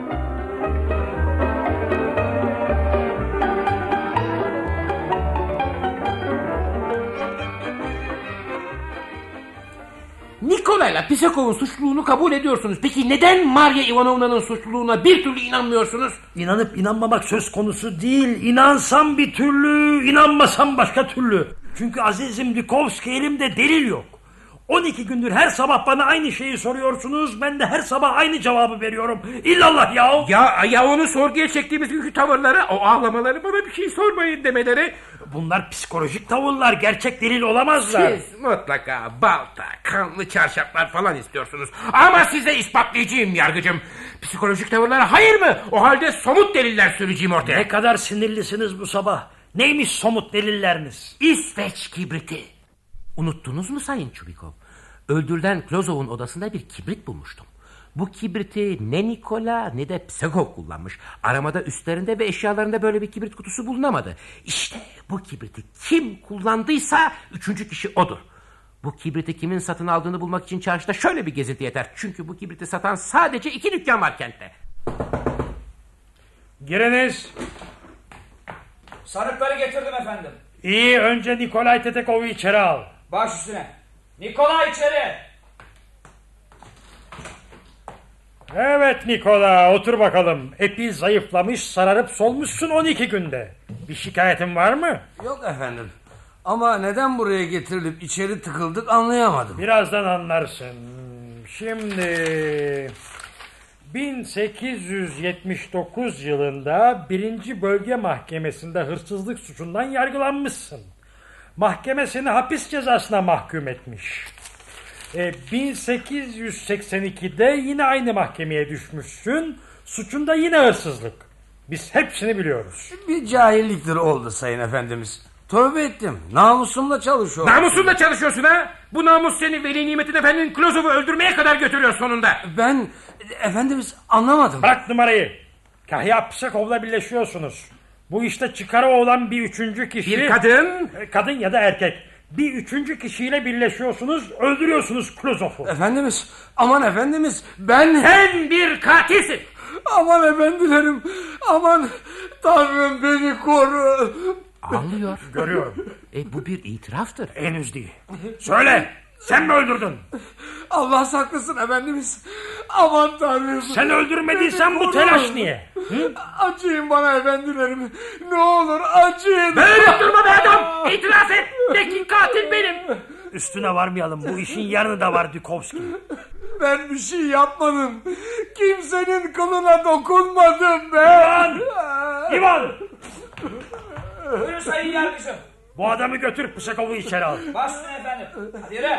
Nikolay'la Psekov'un suçluluğunu kabul ediyorsunuz. Peki neden Maria Ivanovna'nın suçluluğuna bir türlü inanmıyorsunuz? İnanıp inanmamak söz konusu değil. İnansam bir türlü, inanmasam başka türlü. Çünkü azizim Dukovski, elimde delil yok. 12 gündür her sabah bana aynı şeyi soruyorsunuz. Ben de her sabah aynı cevabı veriyorum. İllallah yahu. Ya onu sorguya çektiğimiz günkü tavırları, o ağlamaları, bana bir şey sormayın demeleri. Bunlar psikolojik tavırlar, gerçek delil olamazlar. Siz mutlaka balta, kanlı çarşaflar falan istiyorsunuz. Ama size ispatlayacağım yargıcım. Psikolojik tavırlara hayır mı? O halde somut deliller süreceğim ortaya. Ne kadar sinirlisiniz bu sabah. Neymiş somut delilleriniz? İsveç kibriti. Unuttunuz mu Sayın Çubikov? Öldürülen Klozov'un odasında bir kibrit bulmuştum. Bu kibriti ne Nikola ne de Psekov kullanmış. Aramada üstlerinde ve eşyalarında böyle bir kibrit kutusu bulunamadı. İşte bu kibriti kim kullandıysa üçüncü kişi odur. Bu kibriti kimin satın aldığını bulmak için çarşıda şöyle bir gezinti yeter. Çünkü bu kibriti satan sadece 2 dükkan var kentte. Giriniz. Sarıkları getirdim efendim. İyi, önce Nikolay Tetekov'u içeri al. Baş üstüne. Nikolay içeri. Evet Nikola, otur bakalım. Epey zayıflamış, sararıp solmuşsun 12 günde. Bir şikayetin var mı? Yok efendim. Ama neden buraya getirilip içeri tıkıldık anlayamadım. Birazdan anlarsın. Şimdi 1879 yılında 1. Bölge Mahkemesi'nde hırsızlık suçundan yargılanmışsın. Mahkeme seni hapis cezasına mahkum etmiş. 1882'de yine aynı mahkemeye düşmüşsün. Suçun da yine hırsızlık. Biz hepsini biliyoruz. Bir cahilliktir oldu sayın efendimiz. Tövbe ettim. Namusumla çalışıyorum. Namusumla çalışıyorsun ha? Bu namus seni Veli Nimet'in efendinin Klozov'u öldürmeye kadar götürüyor sonunda. Ben efendimiz anlamadım. Bırak numarayı. Kahya Psekov'la birleşiyorsunuz. Bu işte çıkarı olan bir üçüncü kişi... Bir kadın? Kadın ya da erkek. Bir üçüncü kişiyle birleşiyorsunuz, öldürüyorsunuz Klozov'u. Efendimiz, aman efendimiz, ben... Sen bir katilsin. Aman efendilerim, aman Tanrım beni koru. Ağlıyor. Görüyorum. Bu bir itiraftır. Henüz değil. Söyle, sen mi öldürdün? Allah saklasın efendimiz. Aman Tanrım. Sen öldürmediysen bu telaş niye? Hı? Acıyın bana efendilerim. Ne olur acıyın. Böyle durma be adam. İtiraf et. De ki katil benim. Üstüne varmayalım. Bu işin yarını da var Dukovski. Ben bir şey yapmadım. Kimsenin kılına dokunmadım be. İvan! Buyurun sayın yargıcım. Bu adamı götür, Psekov'u içeri al. Baş üstüne efendim. Hadi yürü.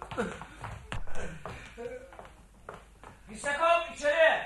Psekov içeri.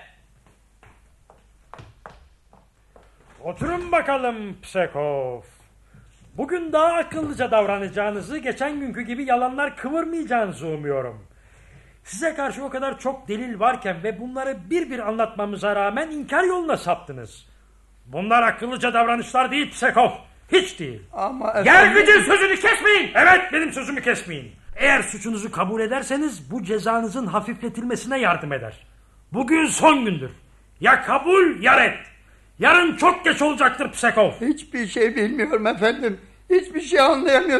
Oturun bakalım Psekov. Bugün daha akıllıca davranacağınızı, geçen günkü gibi yalanlar kıvırmayacağınızı umuyorum. Size karşı o kadar çok delil varken ve bunları bir bir anlatmamıza rağmen inkar yoluna saptınız. Bunlar akıllıca davranışlar değil Psekov. Hiç değil. Ama Yargıcın sözünü kesmeyin. Evet, benim sözümü kesmeyin. Eğer suçunuzu kabul ederseniz bu cezanızın hafifletilmesine yardım eder. Bugün son gündür. Ya kabul ya red. Yarın çok geç olacaktır Psekov. Hiçbir şey bilmiyorum efendim. Hiçbir şey anlayamıyorum.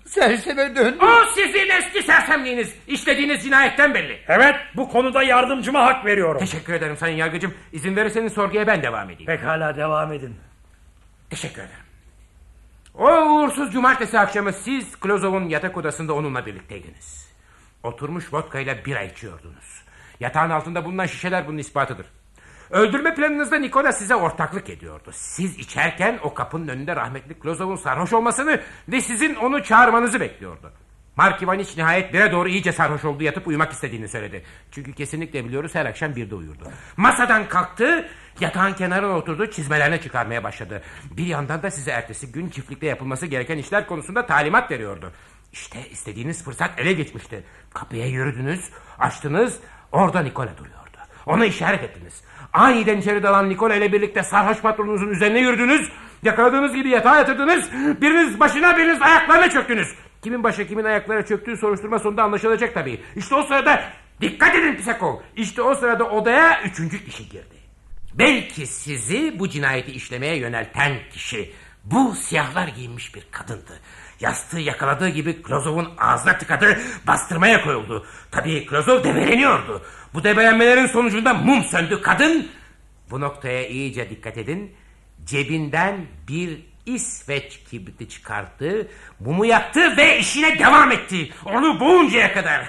serseme döndü. O sizin eski sersemliğiniz. İşlediğiniz cinayetten belli. Evet, bu konuda yardımcıma hak veriyorum. Teşekkür ederim sayın yargıcım. İzin verirseniz sorguya ben devam edeyim. Pekala, devam edin. Teşekkür ederim. O uğursuz cumartesi akşamı siz Klozov'un yatak odasında onunla birlikteydiniz. Oturmuş vodka ile bira içiyordunuz. Yatağın altında bulunan şişeler bunun ispatıdır. Öldürme planınızda Nikola size ortaklık ediyordu. Siz içerken o kapının önünde rahmetli Klozov'un sarhoş olmasını ve sizin onu çağırmanızı bekliyordu. Mark Ivaniç nihayet 1'e doğru iyice sarhoş oldu, yatıp uyumak istediğini söyledi. Çünkü kesinlikle biliyoruz her akşam 1'de uyurdu. Masadan kalktı, yatağın kenarına oturdu, çizmelerini çıkarmaya başladı. Bir yandan da size ertesi gün çiftlikte yapılması gereken işler konusunda talimat veriyordu. İşte istediğiniz fırsat ele geçmişti. Kapıya yürüdünüz, açtınız, orada Nikola duruyordu. Ona işaret ettiniz. Aniden içeri dalan Nikola ile birlikte sarhoş patronunuzun üzerine yürüdünüz. Yakaladığınız gibi yatağa yatırdınız. Biriniz başına, biriniz ayaklarına çöktünüz. Kimin başı kimin ayaklara çöktüğü soruşturma sonunda anlaşılacak tabii. İşte o sırada dikkat edin Psikov. İşte o sırada odaya 3. kişi girdi. Belki sizi bu cinayeti işlemeye yönelten kişi bu siyahlar giyinmiş bir kadındı. Yastığı yakaladığı gibi Klozov'un ağzına tıkadı, bastırmaya koyuldu. Tabii Klozov debeleniyordu. Bu debelenmelerin sonucunda mum söndü. Kadın, bu noktaya iyice dikkat edin, cebinden bir İsveç kibriti çıkarttı, mumu yaktı ve işine devam etti. Onu boğuncaya kadar.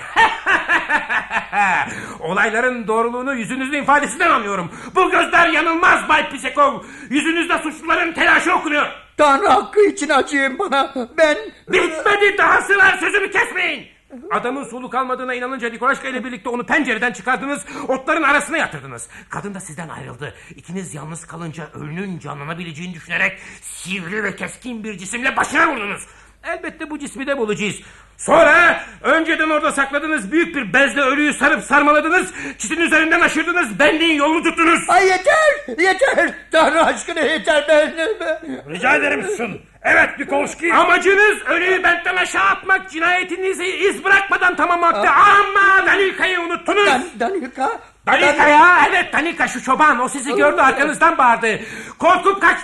Olayların doğruluğunu yüzünüzün ifadesinden anlıyorum. Bu gözler yanılmaz Bay Psikov. Yüzünüzde suçluların telaşı okunuyor. Tanrı hakkı için acıyın bana. Ben... Bitmedi, dahası var, sözümü kesmeyin. Adamın soluk almadığına inanınca Nikolaşka ile birlikte onu pencereden çıkardınız, otların arasına yatırdınız. Kadın da sizden ayrıldı. İkiniz yalnız kalınca ölünün canlanabileceğini düşünerek sivri ve keskin bir cisimle başına vurdunuz. Elbette bu cismi de bulacağız. Sonra önceden orada sakladığınız büyük bir bezle ölüyü sarıp sarmaladınız, çitin üzerinden aşırdınız, benliğin yolunu tuttunuz. Ay yeter, Tanrı aşkına yeter. Ben... Rica ederim susun. Evet Bukowski. Amacınız ölüyü bentten aşağı atmak, cinayetinizi iz bırakmadan tamamlaktı. Ama Danika'yı unuttunuz. Danika? Danika ya, evet Danika, şu çoban, o sizi gördü, arkanızdan bağırdı. Korkup kaç.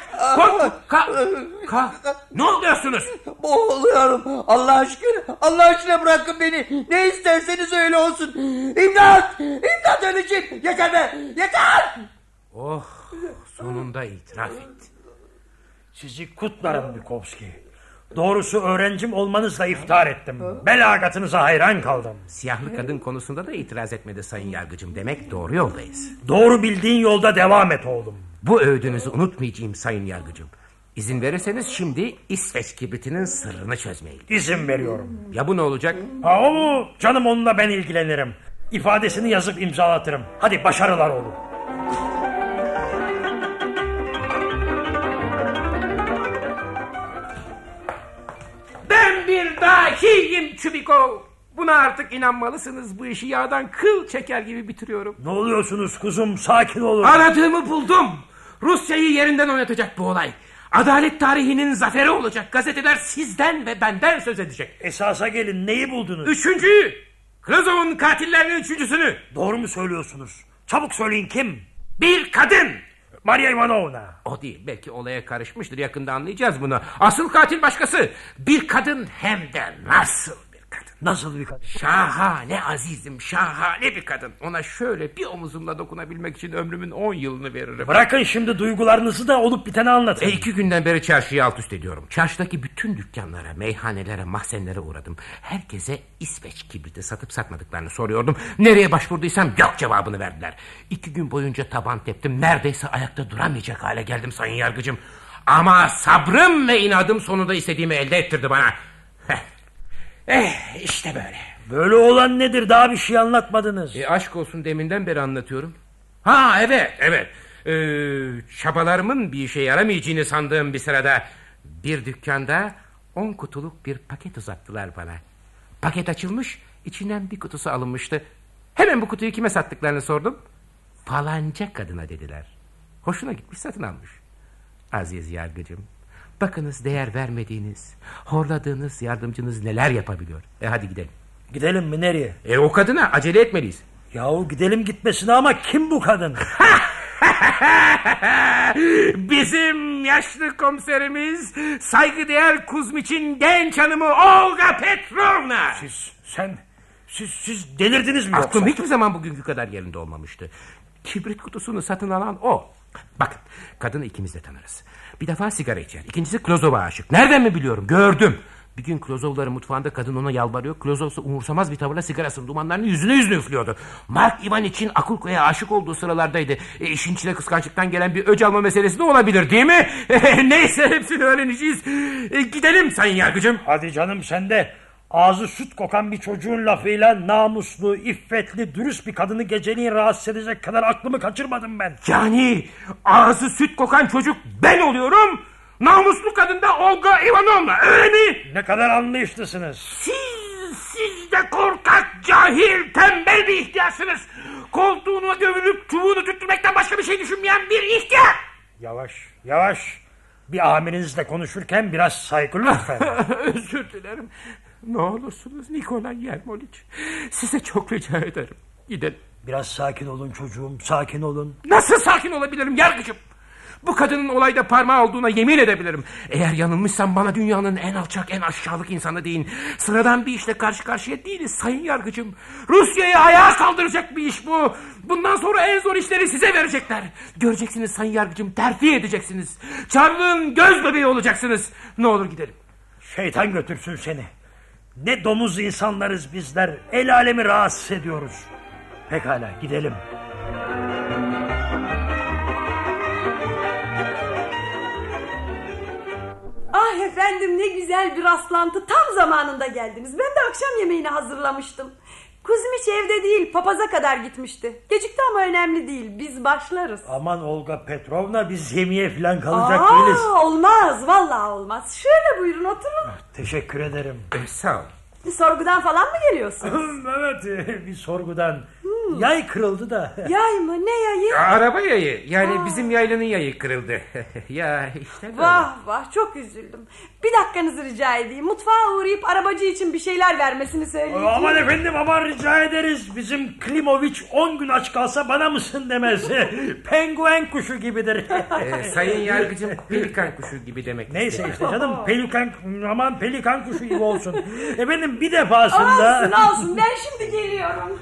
Ne oluyorsunuz? Boğuluyorum. Allah aşkına bırakın beni. Ne isterseniz öyle olsun. İmdat öleceğim. Yeter be, yeter. Oh, sonunda itiraf etti. Sizi kutlarım Bukowski. Doğrusu öğrencim olmanızla iftihar ettim. Belagatınıza hayran kaldım. Siyahlı kadın konusunda da itiraz etmedi sayın yargıcım. Demek doğru yoldayız. Doğru bildiğin yolda devam et oğlum. Bu övdüğünüzü unutmayacağım sayın yargıcım. İzin verirseniz şimdi İsveç kibritinin sırrını çözmeye gidelim. İzin veriyorum. Ya bu ne olacak? O canım, onunla ben ilgilenirim. İfadesini yazıp imzalatırım. Hadi başarılar oğlum. Ben bir dahiyim Çubikov. Buna artık inanmalısınız. Bu işi yağdan kıl çeker gibi bitiriyorum. Ne oluyorsunuz kuzum? Sakin olun. Aradığımı buldum. Rusya'yı yerinden oynatacak bu olay. Adalet tarihinin zaferi olacak. Gazeteler sizden ve benden söz edecek. Esasa gelin, neyi buldunuz? 3. Klozov'un katillerinin 3.'sünü. Doğru mu söylüyorsunuz? Çabuk söyleyin, kim? Bir kadın. Maria Ivanovna. O değil, belki olaya karışmıştır, yakında anlayacağız bunu. Asıl katil başkası. Bir kadın, hem de nasıl bir kadın. Nasıl bir kadın? Şahane azizim, şahane bir kadın. Ona şöyle bir omuzumla dokunabilmek için ömrümün 10 yılını veririm. Bırakın şimdi duygularınızı da olup biteni anlatın. 2 günden beri çarşıyı alt üst ediyorum. Çarşıdaki bütün dükkanlara, meyhanelere, mahzenlere uğradım. Herkese İsveç kibriti satıp satmadıklarını soruyordum. Nereye başvurduysam yok cevabını verdiler. 2 gün boyunca taban teptim. Neredeyse ayakta duramayacak hale geldim sayın yargıcım. Ama sabrım ve inadım sonunda istediğimi elde ettirdi bana. İşte böyle. Böyle olan nedir? Daha bir şey anlatmadınız. Aşk olsun, deminden beri anlatıyorum. Evet. Çabalarımın bir işe yaramayacağını sandığım bir sırada bir dükkanda 10 kutuluk bir paket uzattılar bana. Paket açılmış, içinden bir kutusu alınmıştı. Hemen bu kutuyu kime sattıklarını sordum. Falanca kadına dediler. Hoşuna gitmiş, satın almış. Aziz yargıcım, bakınız değer vermediğiniz, horladığınız yardımcınız neler yapabiliyor. Hadi gidelim. Gidelim mi, nereye? O kadına acele etmeliyiz. Yahu gidelim gitmesine, ama kim bu kadın? Bizim yaşlı komiserimiz saygıdeğer Kuzmiç'in genç hanımı Olga Petrovna. Siz delirdiniz mi yoksa? Aklım hiçbir zaman bugünkü kadar yerinde olmamıştı. Kibrit kutusunu satın alan o. Bakın, kadını ikimiz de tanırız. Bir defa sigara içer, ikincisi Klozov'a aşık. Nereden mi biliyorum? Gördüm. Bir gün Klozovların mutfağında kadın ona yalvarıyor. Klozov ise umursamaz bir tavırla sigarasının dumanlarını yüzüne üflüyordu. Mark Ivanich'in Akulko'ya aşık olduğu sıralardaydı. İşin içine kıskançlıktan gelen bir öc alma meselesi de olabilir, değil mi? Neyse, hepsini öğreneceğiz. Gidelim sayın yargıcım. Hadi canım, sen de. Ağzı süt kokan bir çocuğun lafıyla namuslu, iffetli, dürüst bir kadını geceliğin rahatsız edecek kadar aklımı kaçırmadım ben. Yani ağzı süt kokan çocuk ben oluyorum. Namuslu kadın da Olga Ivanovna, öyle mi? Ne kadar anlayışlısınız. Siz de korkak, cahil, tembel bir ihtiyarsınız. Koltuğuna gömülüp çubuğunu tüttürmekten başka bir şey düşünmeyen bir ihtiyar. Yavaş. Bir amirinizle konuşurken biraz saygı lütfen. Özür dilerim. Ne olursunuz Nikolay Yermoliç. Size çok rica ederim. Gidelim. Biraz sakin olun çocuğum, sakin olun. Nasıl sakin olabilirim yargıcım? Bu kadının olayda parmağı olduğuna yemin edebilirim. Eğer yanılmışsam bana dünyanın en alçak, en aşağılık insanı deyin. Sıradan bir işle karşı karşıya değiliz sayın yargıcım. Rusya'yı ayağa kaldıracak bir iş bu. Bundan sonra en zor işleri size verecekler. Göreceksiniz sayın yargıcım, terfi edeceksiniz. Çarlığın göz bebeği olacaksınız. Ne olur gidelim. Şeytan götürsün seni. Ne domuz insanlarız bizler. El alemi rahatsız ediyoruz. Pekala, gidelim. Ah efendim, ne güzel bir rastlantı. Tam zamanında geldiniz. Ben de akşam yemeğini hazırlamıştım. Kuzmiç evde değil, papaza kadar gitmişti. Gecikti ama önemli değil, biz başlarız. Aman Olga Petrovna, biz yemeğe falan kalacak değiliz. Olmaz, vallahi olmaz. Şöyle buyurun, oturun. Teşekkür ederim. Sağ ol. Sorgudan falan mı geliyorsunuz? Evet, bir sorgudan. Yay kırıldı da. Yay mı? Ne yayı? Araba yayı. Yani bizim yaylanın yayı kırıldı. Ya işte böyle. Vah, çok üzüldüm. Bir dakikanızı rica edeyim. Mutfağa uğrayıp arabacı için bir şeyler vermesini söyleyeyim. Aman efendim, aman rica ederiz. Bizim Klimoviç 10 gün aç kalsa bana mısın demez. Penguen kuşu gibidir. Sayın yargıcım, pelikan kuşu gibi demek. Neyse işte canım, pelikan kuşu gibi olsun. Efendim, bir defasında... Olsun, ben şimdi geliyorum.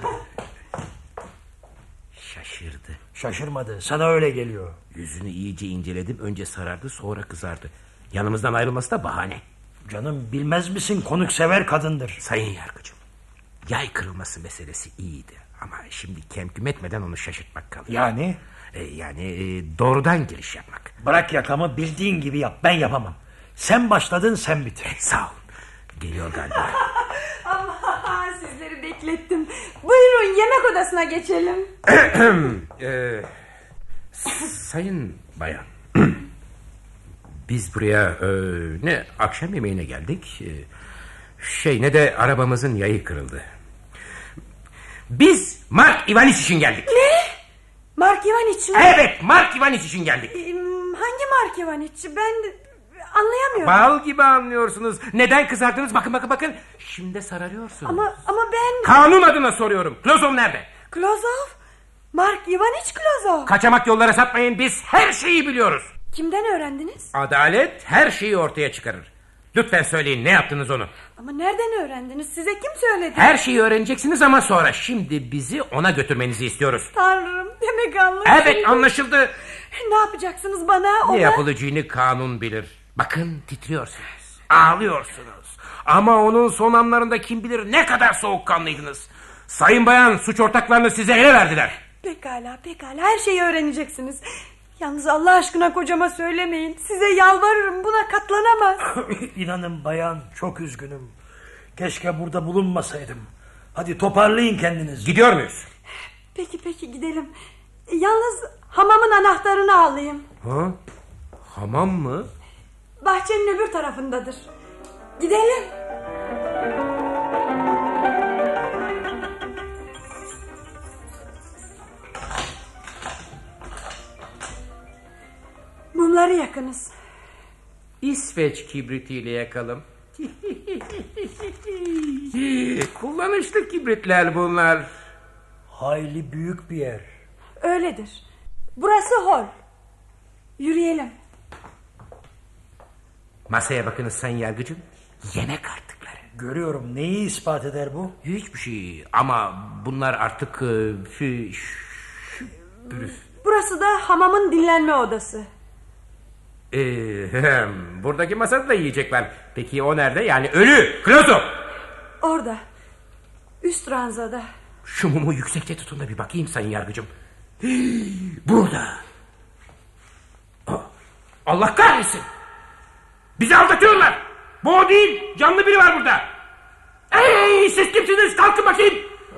Şaşırdı. Şaşırmadı, sana öyle geliyor. Yüzünü iyice inceledim. Önce sarardı, sonra kızardı. Yanımızdan ayrılması da bahane. Canım, bilmez misin, konuksever kadındır. Sayın yargıcım, yay kırılması meselesi iyiydi. Ama şimdi kemküm etmeden onu şaşırtmak kalıyor. Yani? Yani doğrudan giriş yapmak. Bırak yakamı, bildiğin gibi yap, ben yapamam. Sen başladın, sen bitir. Sağ ol. Geliyor galiba. Aman, sizleri beklettim. Buyurun, yemek odasına geçelim. Sayın bayan, biz buraya ne akşam yemeğine geldik, ne de arabamızın yayı kırıldı. Biz Mark Ivaniç için geldik. Ne? Mark Ivaniç mi? Evet, Mark Ivaniç için geldik. Hangi Mark Ivaniç? Ben anlayamıyorum. Bal gibi anlıyorsunuz. Neden kızardınız? Bakın. Şimdi sararıyorsunuz. Ama ben... Kanun adına soruyorum. Klozov nerede? Klozov? Mark Ivaniç Klozov. Kaçamak yollara sapmayın, biz her şeyi biliyoruz. Kimden öğrendiniz? Adalet her şeyi ortaya çıkarır. Lütfen söyleyin, ne yaptınız onu? Ama nereden öğrendiniz? Size kim söyledi? Her şeyi öğreneceksiniz ama sonra. Şimdi bizi ona götürmenizi istiyoruz. Tanrım, demek anlaşıldı. Evet, anlaşıldı. Ne yapacaksınız bana? Ne yapılacağını kanun bilir. Bakın, titriyorsunuz, ağlıyorsunuz. Ama onun son anlarında kim bilir ne kadar soğukkanlıydınız. Sayın bayan, suç ortaklarını size ele verdiler. Pekala, her şeyi öğreneceksiniz. Yalnız Allah aşkına kocama söylemeyin. Size yalvarırım, buna katlanamaz. İnanın bayan, çok üzgünüm. Keşke burada bulunmasaydım. Hadi toparlayın kendinizi. Gidiyor muyuz? Peki gidelim. Yalnız hamamın anahtarını alayım. Ha? Hamam mı? Bahçenin öbür tarafındadır. Gidelim. Mumları yakınız. İsveç kibritiyle yakalım. Kullanışlı kibritler bunlar. Hayli büyük bir yer. Öyledir. Burası hol. Yürüyelim. Masaya bakınız sayın yargıcım. Yemek artıkları. Görüyorum. Neyi ispat eder bu? Hiçbir şey. Ama bunlar artık... Burası da hamamın dinlenme odası. Buradaki masada da yiyecek var. Peki o nerede? Yani ölü. Klozo. Orada. Üst ranzada. Şu mumu yüksekte tutun da bir bakayım sayın yargıcım. Burada. Allah kahretsin. Bizi aldatıyorlar. Bu o değil. Canlı biri var burada. Ey, siz kimsiniz? Kalkın bakayım.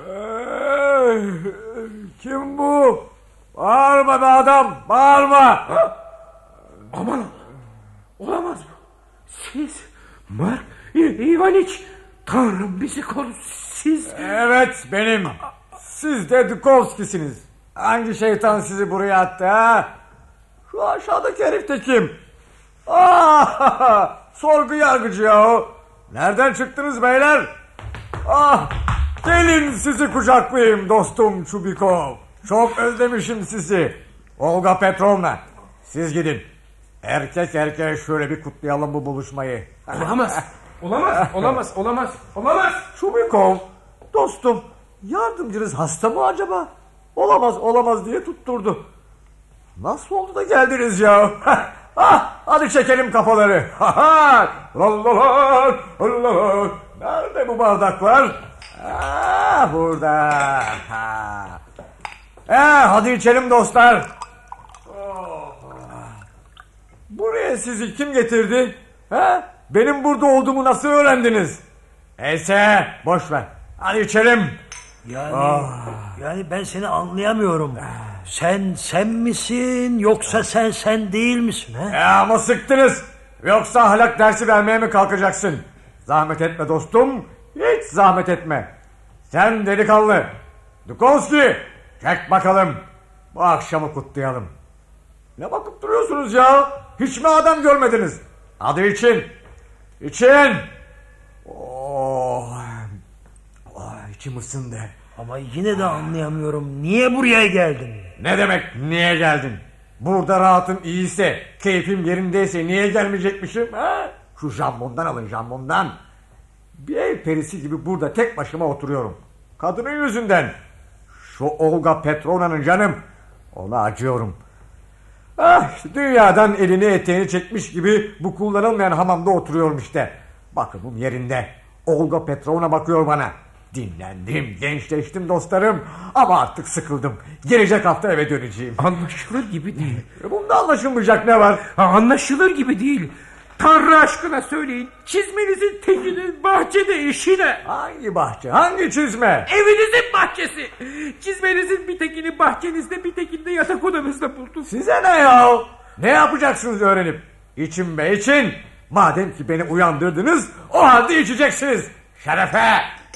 Kim bu? Bağırma be adam. Bağırma. Aman. Olamaz bu. Siz Mark Ivaniç. Tanrım bizi koru. Siz. Evet benim. Siz de Dukovski'siniz. Hangi şeytan sizi buraya attı ha? Şu aşağıdaki herif de kim? Sorgu yargıcı yahu. Nereden çıktınız beyler? Gelin sizi kucaklayayım dostum Çubikov. Çok özlemişim sizi. Olga Petrovna, siz gidin. Erkek erkeğe şöyle bir kutlayalım bu buluşmayı. Olamaz. Çubikov, dostum, yardımcınız hasta mı acaba? Olamaz diye tutturdu. Nasıl oldu da geldiniz ya? Hadi çekelim kafaları. Nerede bu bardaklar? Burada. Hadi içelim dostlar. Buraya sizi kim getirdi? Benim burada olduğumu nasıl öğrendiniz? Neyse boş ver. Hadi içelim. Yani ben seni anlayamıyorum. Sen misin yoksa sen değil misin? Ama sıktınız. Yoksa ahlak dersi vermeye mi kalkacaksın? Zahmet etme dostum. Hiç zahmet etme. Sen delikanlı. Dukovski, çek bakalım. Bu akşamı kutlayalım. Ne bakıp duruyorsunuz ya? Hiç mi adam görmediniz? Hadi için. İçin. İçim ısındı. Ama yine de anlayamıyorum. Niye buraya geldin? Ne demek niye geldin? Burada rahatım iyiyse, keyfim yerindeyse niye gelmeyecekmişim? Şu jambondan alın, jambondan. Bir ev perisi gibi burada tek başıma oturuyorum. Kadının yüzünden. Şu Olga Petrovna'nın canım. Ona acıyorum. Dünyadan elini eteğini çekmiş gibi bu kullanılmayan hamamda oturuyorum işte. Bakımım yerinde. Olga Petrovna bakıyor bana. Dinlendim, gençleştim dostlarım. Ama artık sıkıldım. Gelecek hafta eve döneceğim. Anlaşılır gibi değil. Bunda anlaşılmayacak ne var? Anlaşılır gibi değil. Tanrı aşkına söyleyin. Çizmenizin tekinin bahçede işine. Hangi bahçe? Hangi çizme? Evinizin bahçesi. Çizmenizin bir tekini bahçenizde, bir tekini de yatak odanızda buldum. Size ne ya? Ne yapacaksınız öğrenip? İçin be için. Madem ki beni uyandırdınız, o halde içeceksiniz. Şerefe.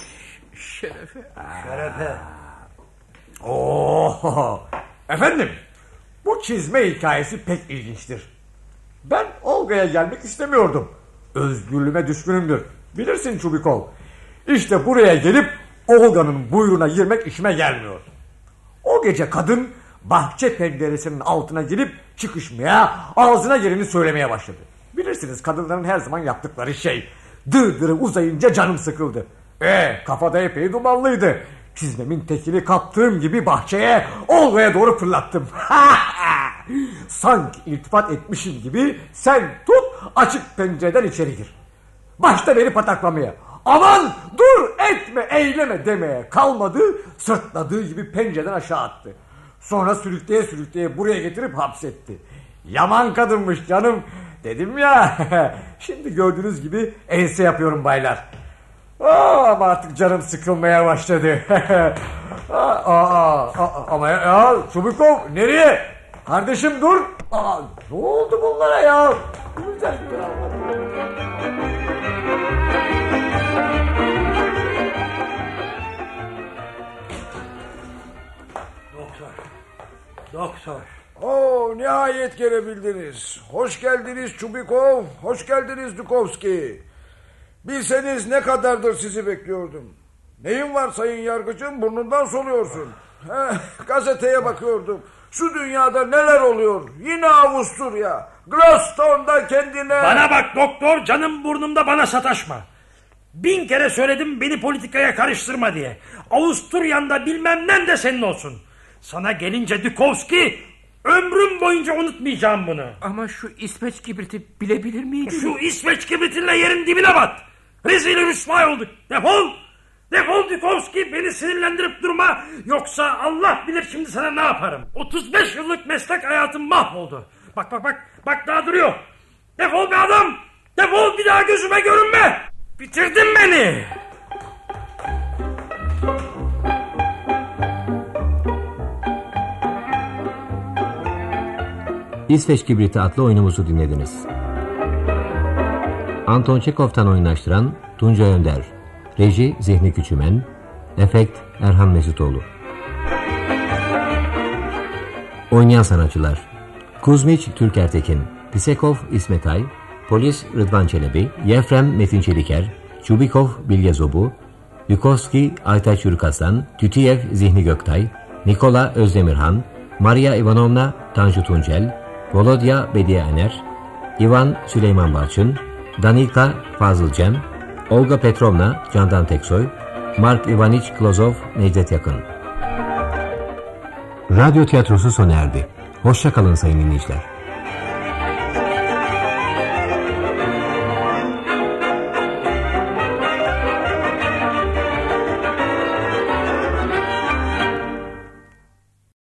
Efendim, bu çizme hikayesi pek ilginçtir. Ben Olga'ya gelmek istemiyordum. Özgürlüğüme düşkünümdür. Bilirsin Çubikov. İşte buraya gelip Olga'nın buyruğuna girmek işime gelmiyor. O gece kadın bahçe penceresinin altına girip çıkışmaya, ağzına geleni söylemeye başladı. Bilirsiniz kadınların her zaman yaptıkları şey. Dırdırı uzayınca canım sıkıldı. Kafada epey dumanlıydı. Çizmemin tekini kaptığım gibi bahçeye Olga'ya doğru fırlattım. Sanki iltifat etmişim gibi sen tut açık pencereden içeri gir. Başta beni pataklamaya, aman dur etme eyleme demeye kalmadı, sırtladığı gibi pencereden aşağı attı. Sonra sürükleye sürükleye buraya getirip hapsetti. Yaman kadınmış canım. Dedim ya. Şimdi gördüğünüz gibi ense yapıyorum baylar. Ama artık canım sıkılmaya başladı. Ama ya Çubikov nereye? Kardeşim dur. Ne oldu bunlara ya? Doktor. Nihayet gelebildiniz. Hoş geldiniz Çubikov. Hoş geldiniz Dukovski. Bilseniz ne kadardır sizi bekliyordum. Neyin var sayın yargıcım, burnundan soluyorsun. Gazeteye bakıyordum. Şu dünyada neler oluyor? Yine Avusturya. Glaston'da kendine... Bana bak doktor, canım burnumda, bana sataşma. 1000 kere söyledim beni politikaya karıştırma diye. Avusturya'nda bilmem ne de senin olsun. Sana gelince Dukovski, ömrüm boyunca unutmayacağım bunu. Ama şu İsveç kibriti bilebilir miydin? Şu İsveç kibritinle yerin dibine bat. Rezil rüsvay olduk. Defol. Defol Dukovski, beni sinirlendirip durma. Yoksa Allah bilir şimdi sana ne yaparım. 35 yıllık meslek hayatım mahvoldu. Bak daha duruyor. Defol be adam. Defol, bir daha gözüme görünme. Bitirdin beni. İsveç Kibriti adlı oyunumuzu dinlediniz. Anton Çekhov'tan oyunlaştıran Tunca Önder, reji Zihni Küçümen, efekt Erhan Mesutoğlu. Oynayan sanatçılar: Kuzmiç Türkertekin, Pisekov İsmet Ay, Polis Rıdvan Çelebi, Yefrem Metin Çeliker, Çubikov Bilge Zobu, Dukovski Aytaç Yürükaslan, Tütüyev Zihni Göktay, Nikola Özdemirhan, Maria Ivanovna Tanju Tuncel, Volodya Bediye Aner, Ivan Süleyman Balçın, Danilka Fazıl Cem, Olga Petrovna Candan Teksoy, Mark Ivaniç Klozov Necdet Yakın. Radyo tiyatrosu sona erdi. Hoşça kalın sayın dinleyiciler.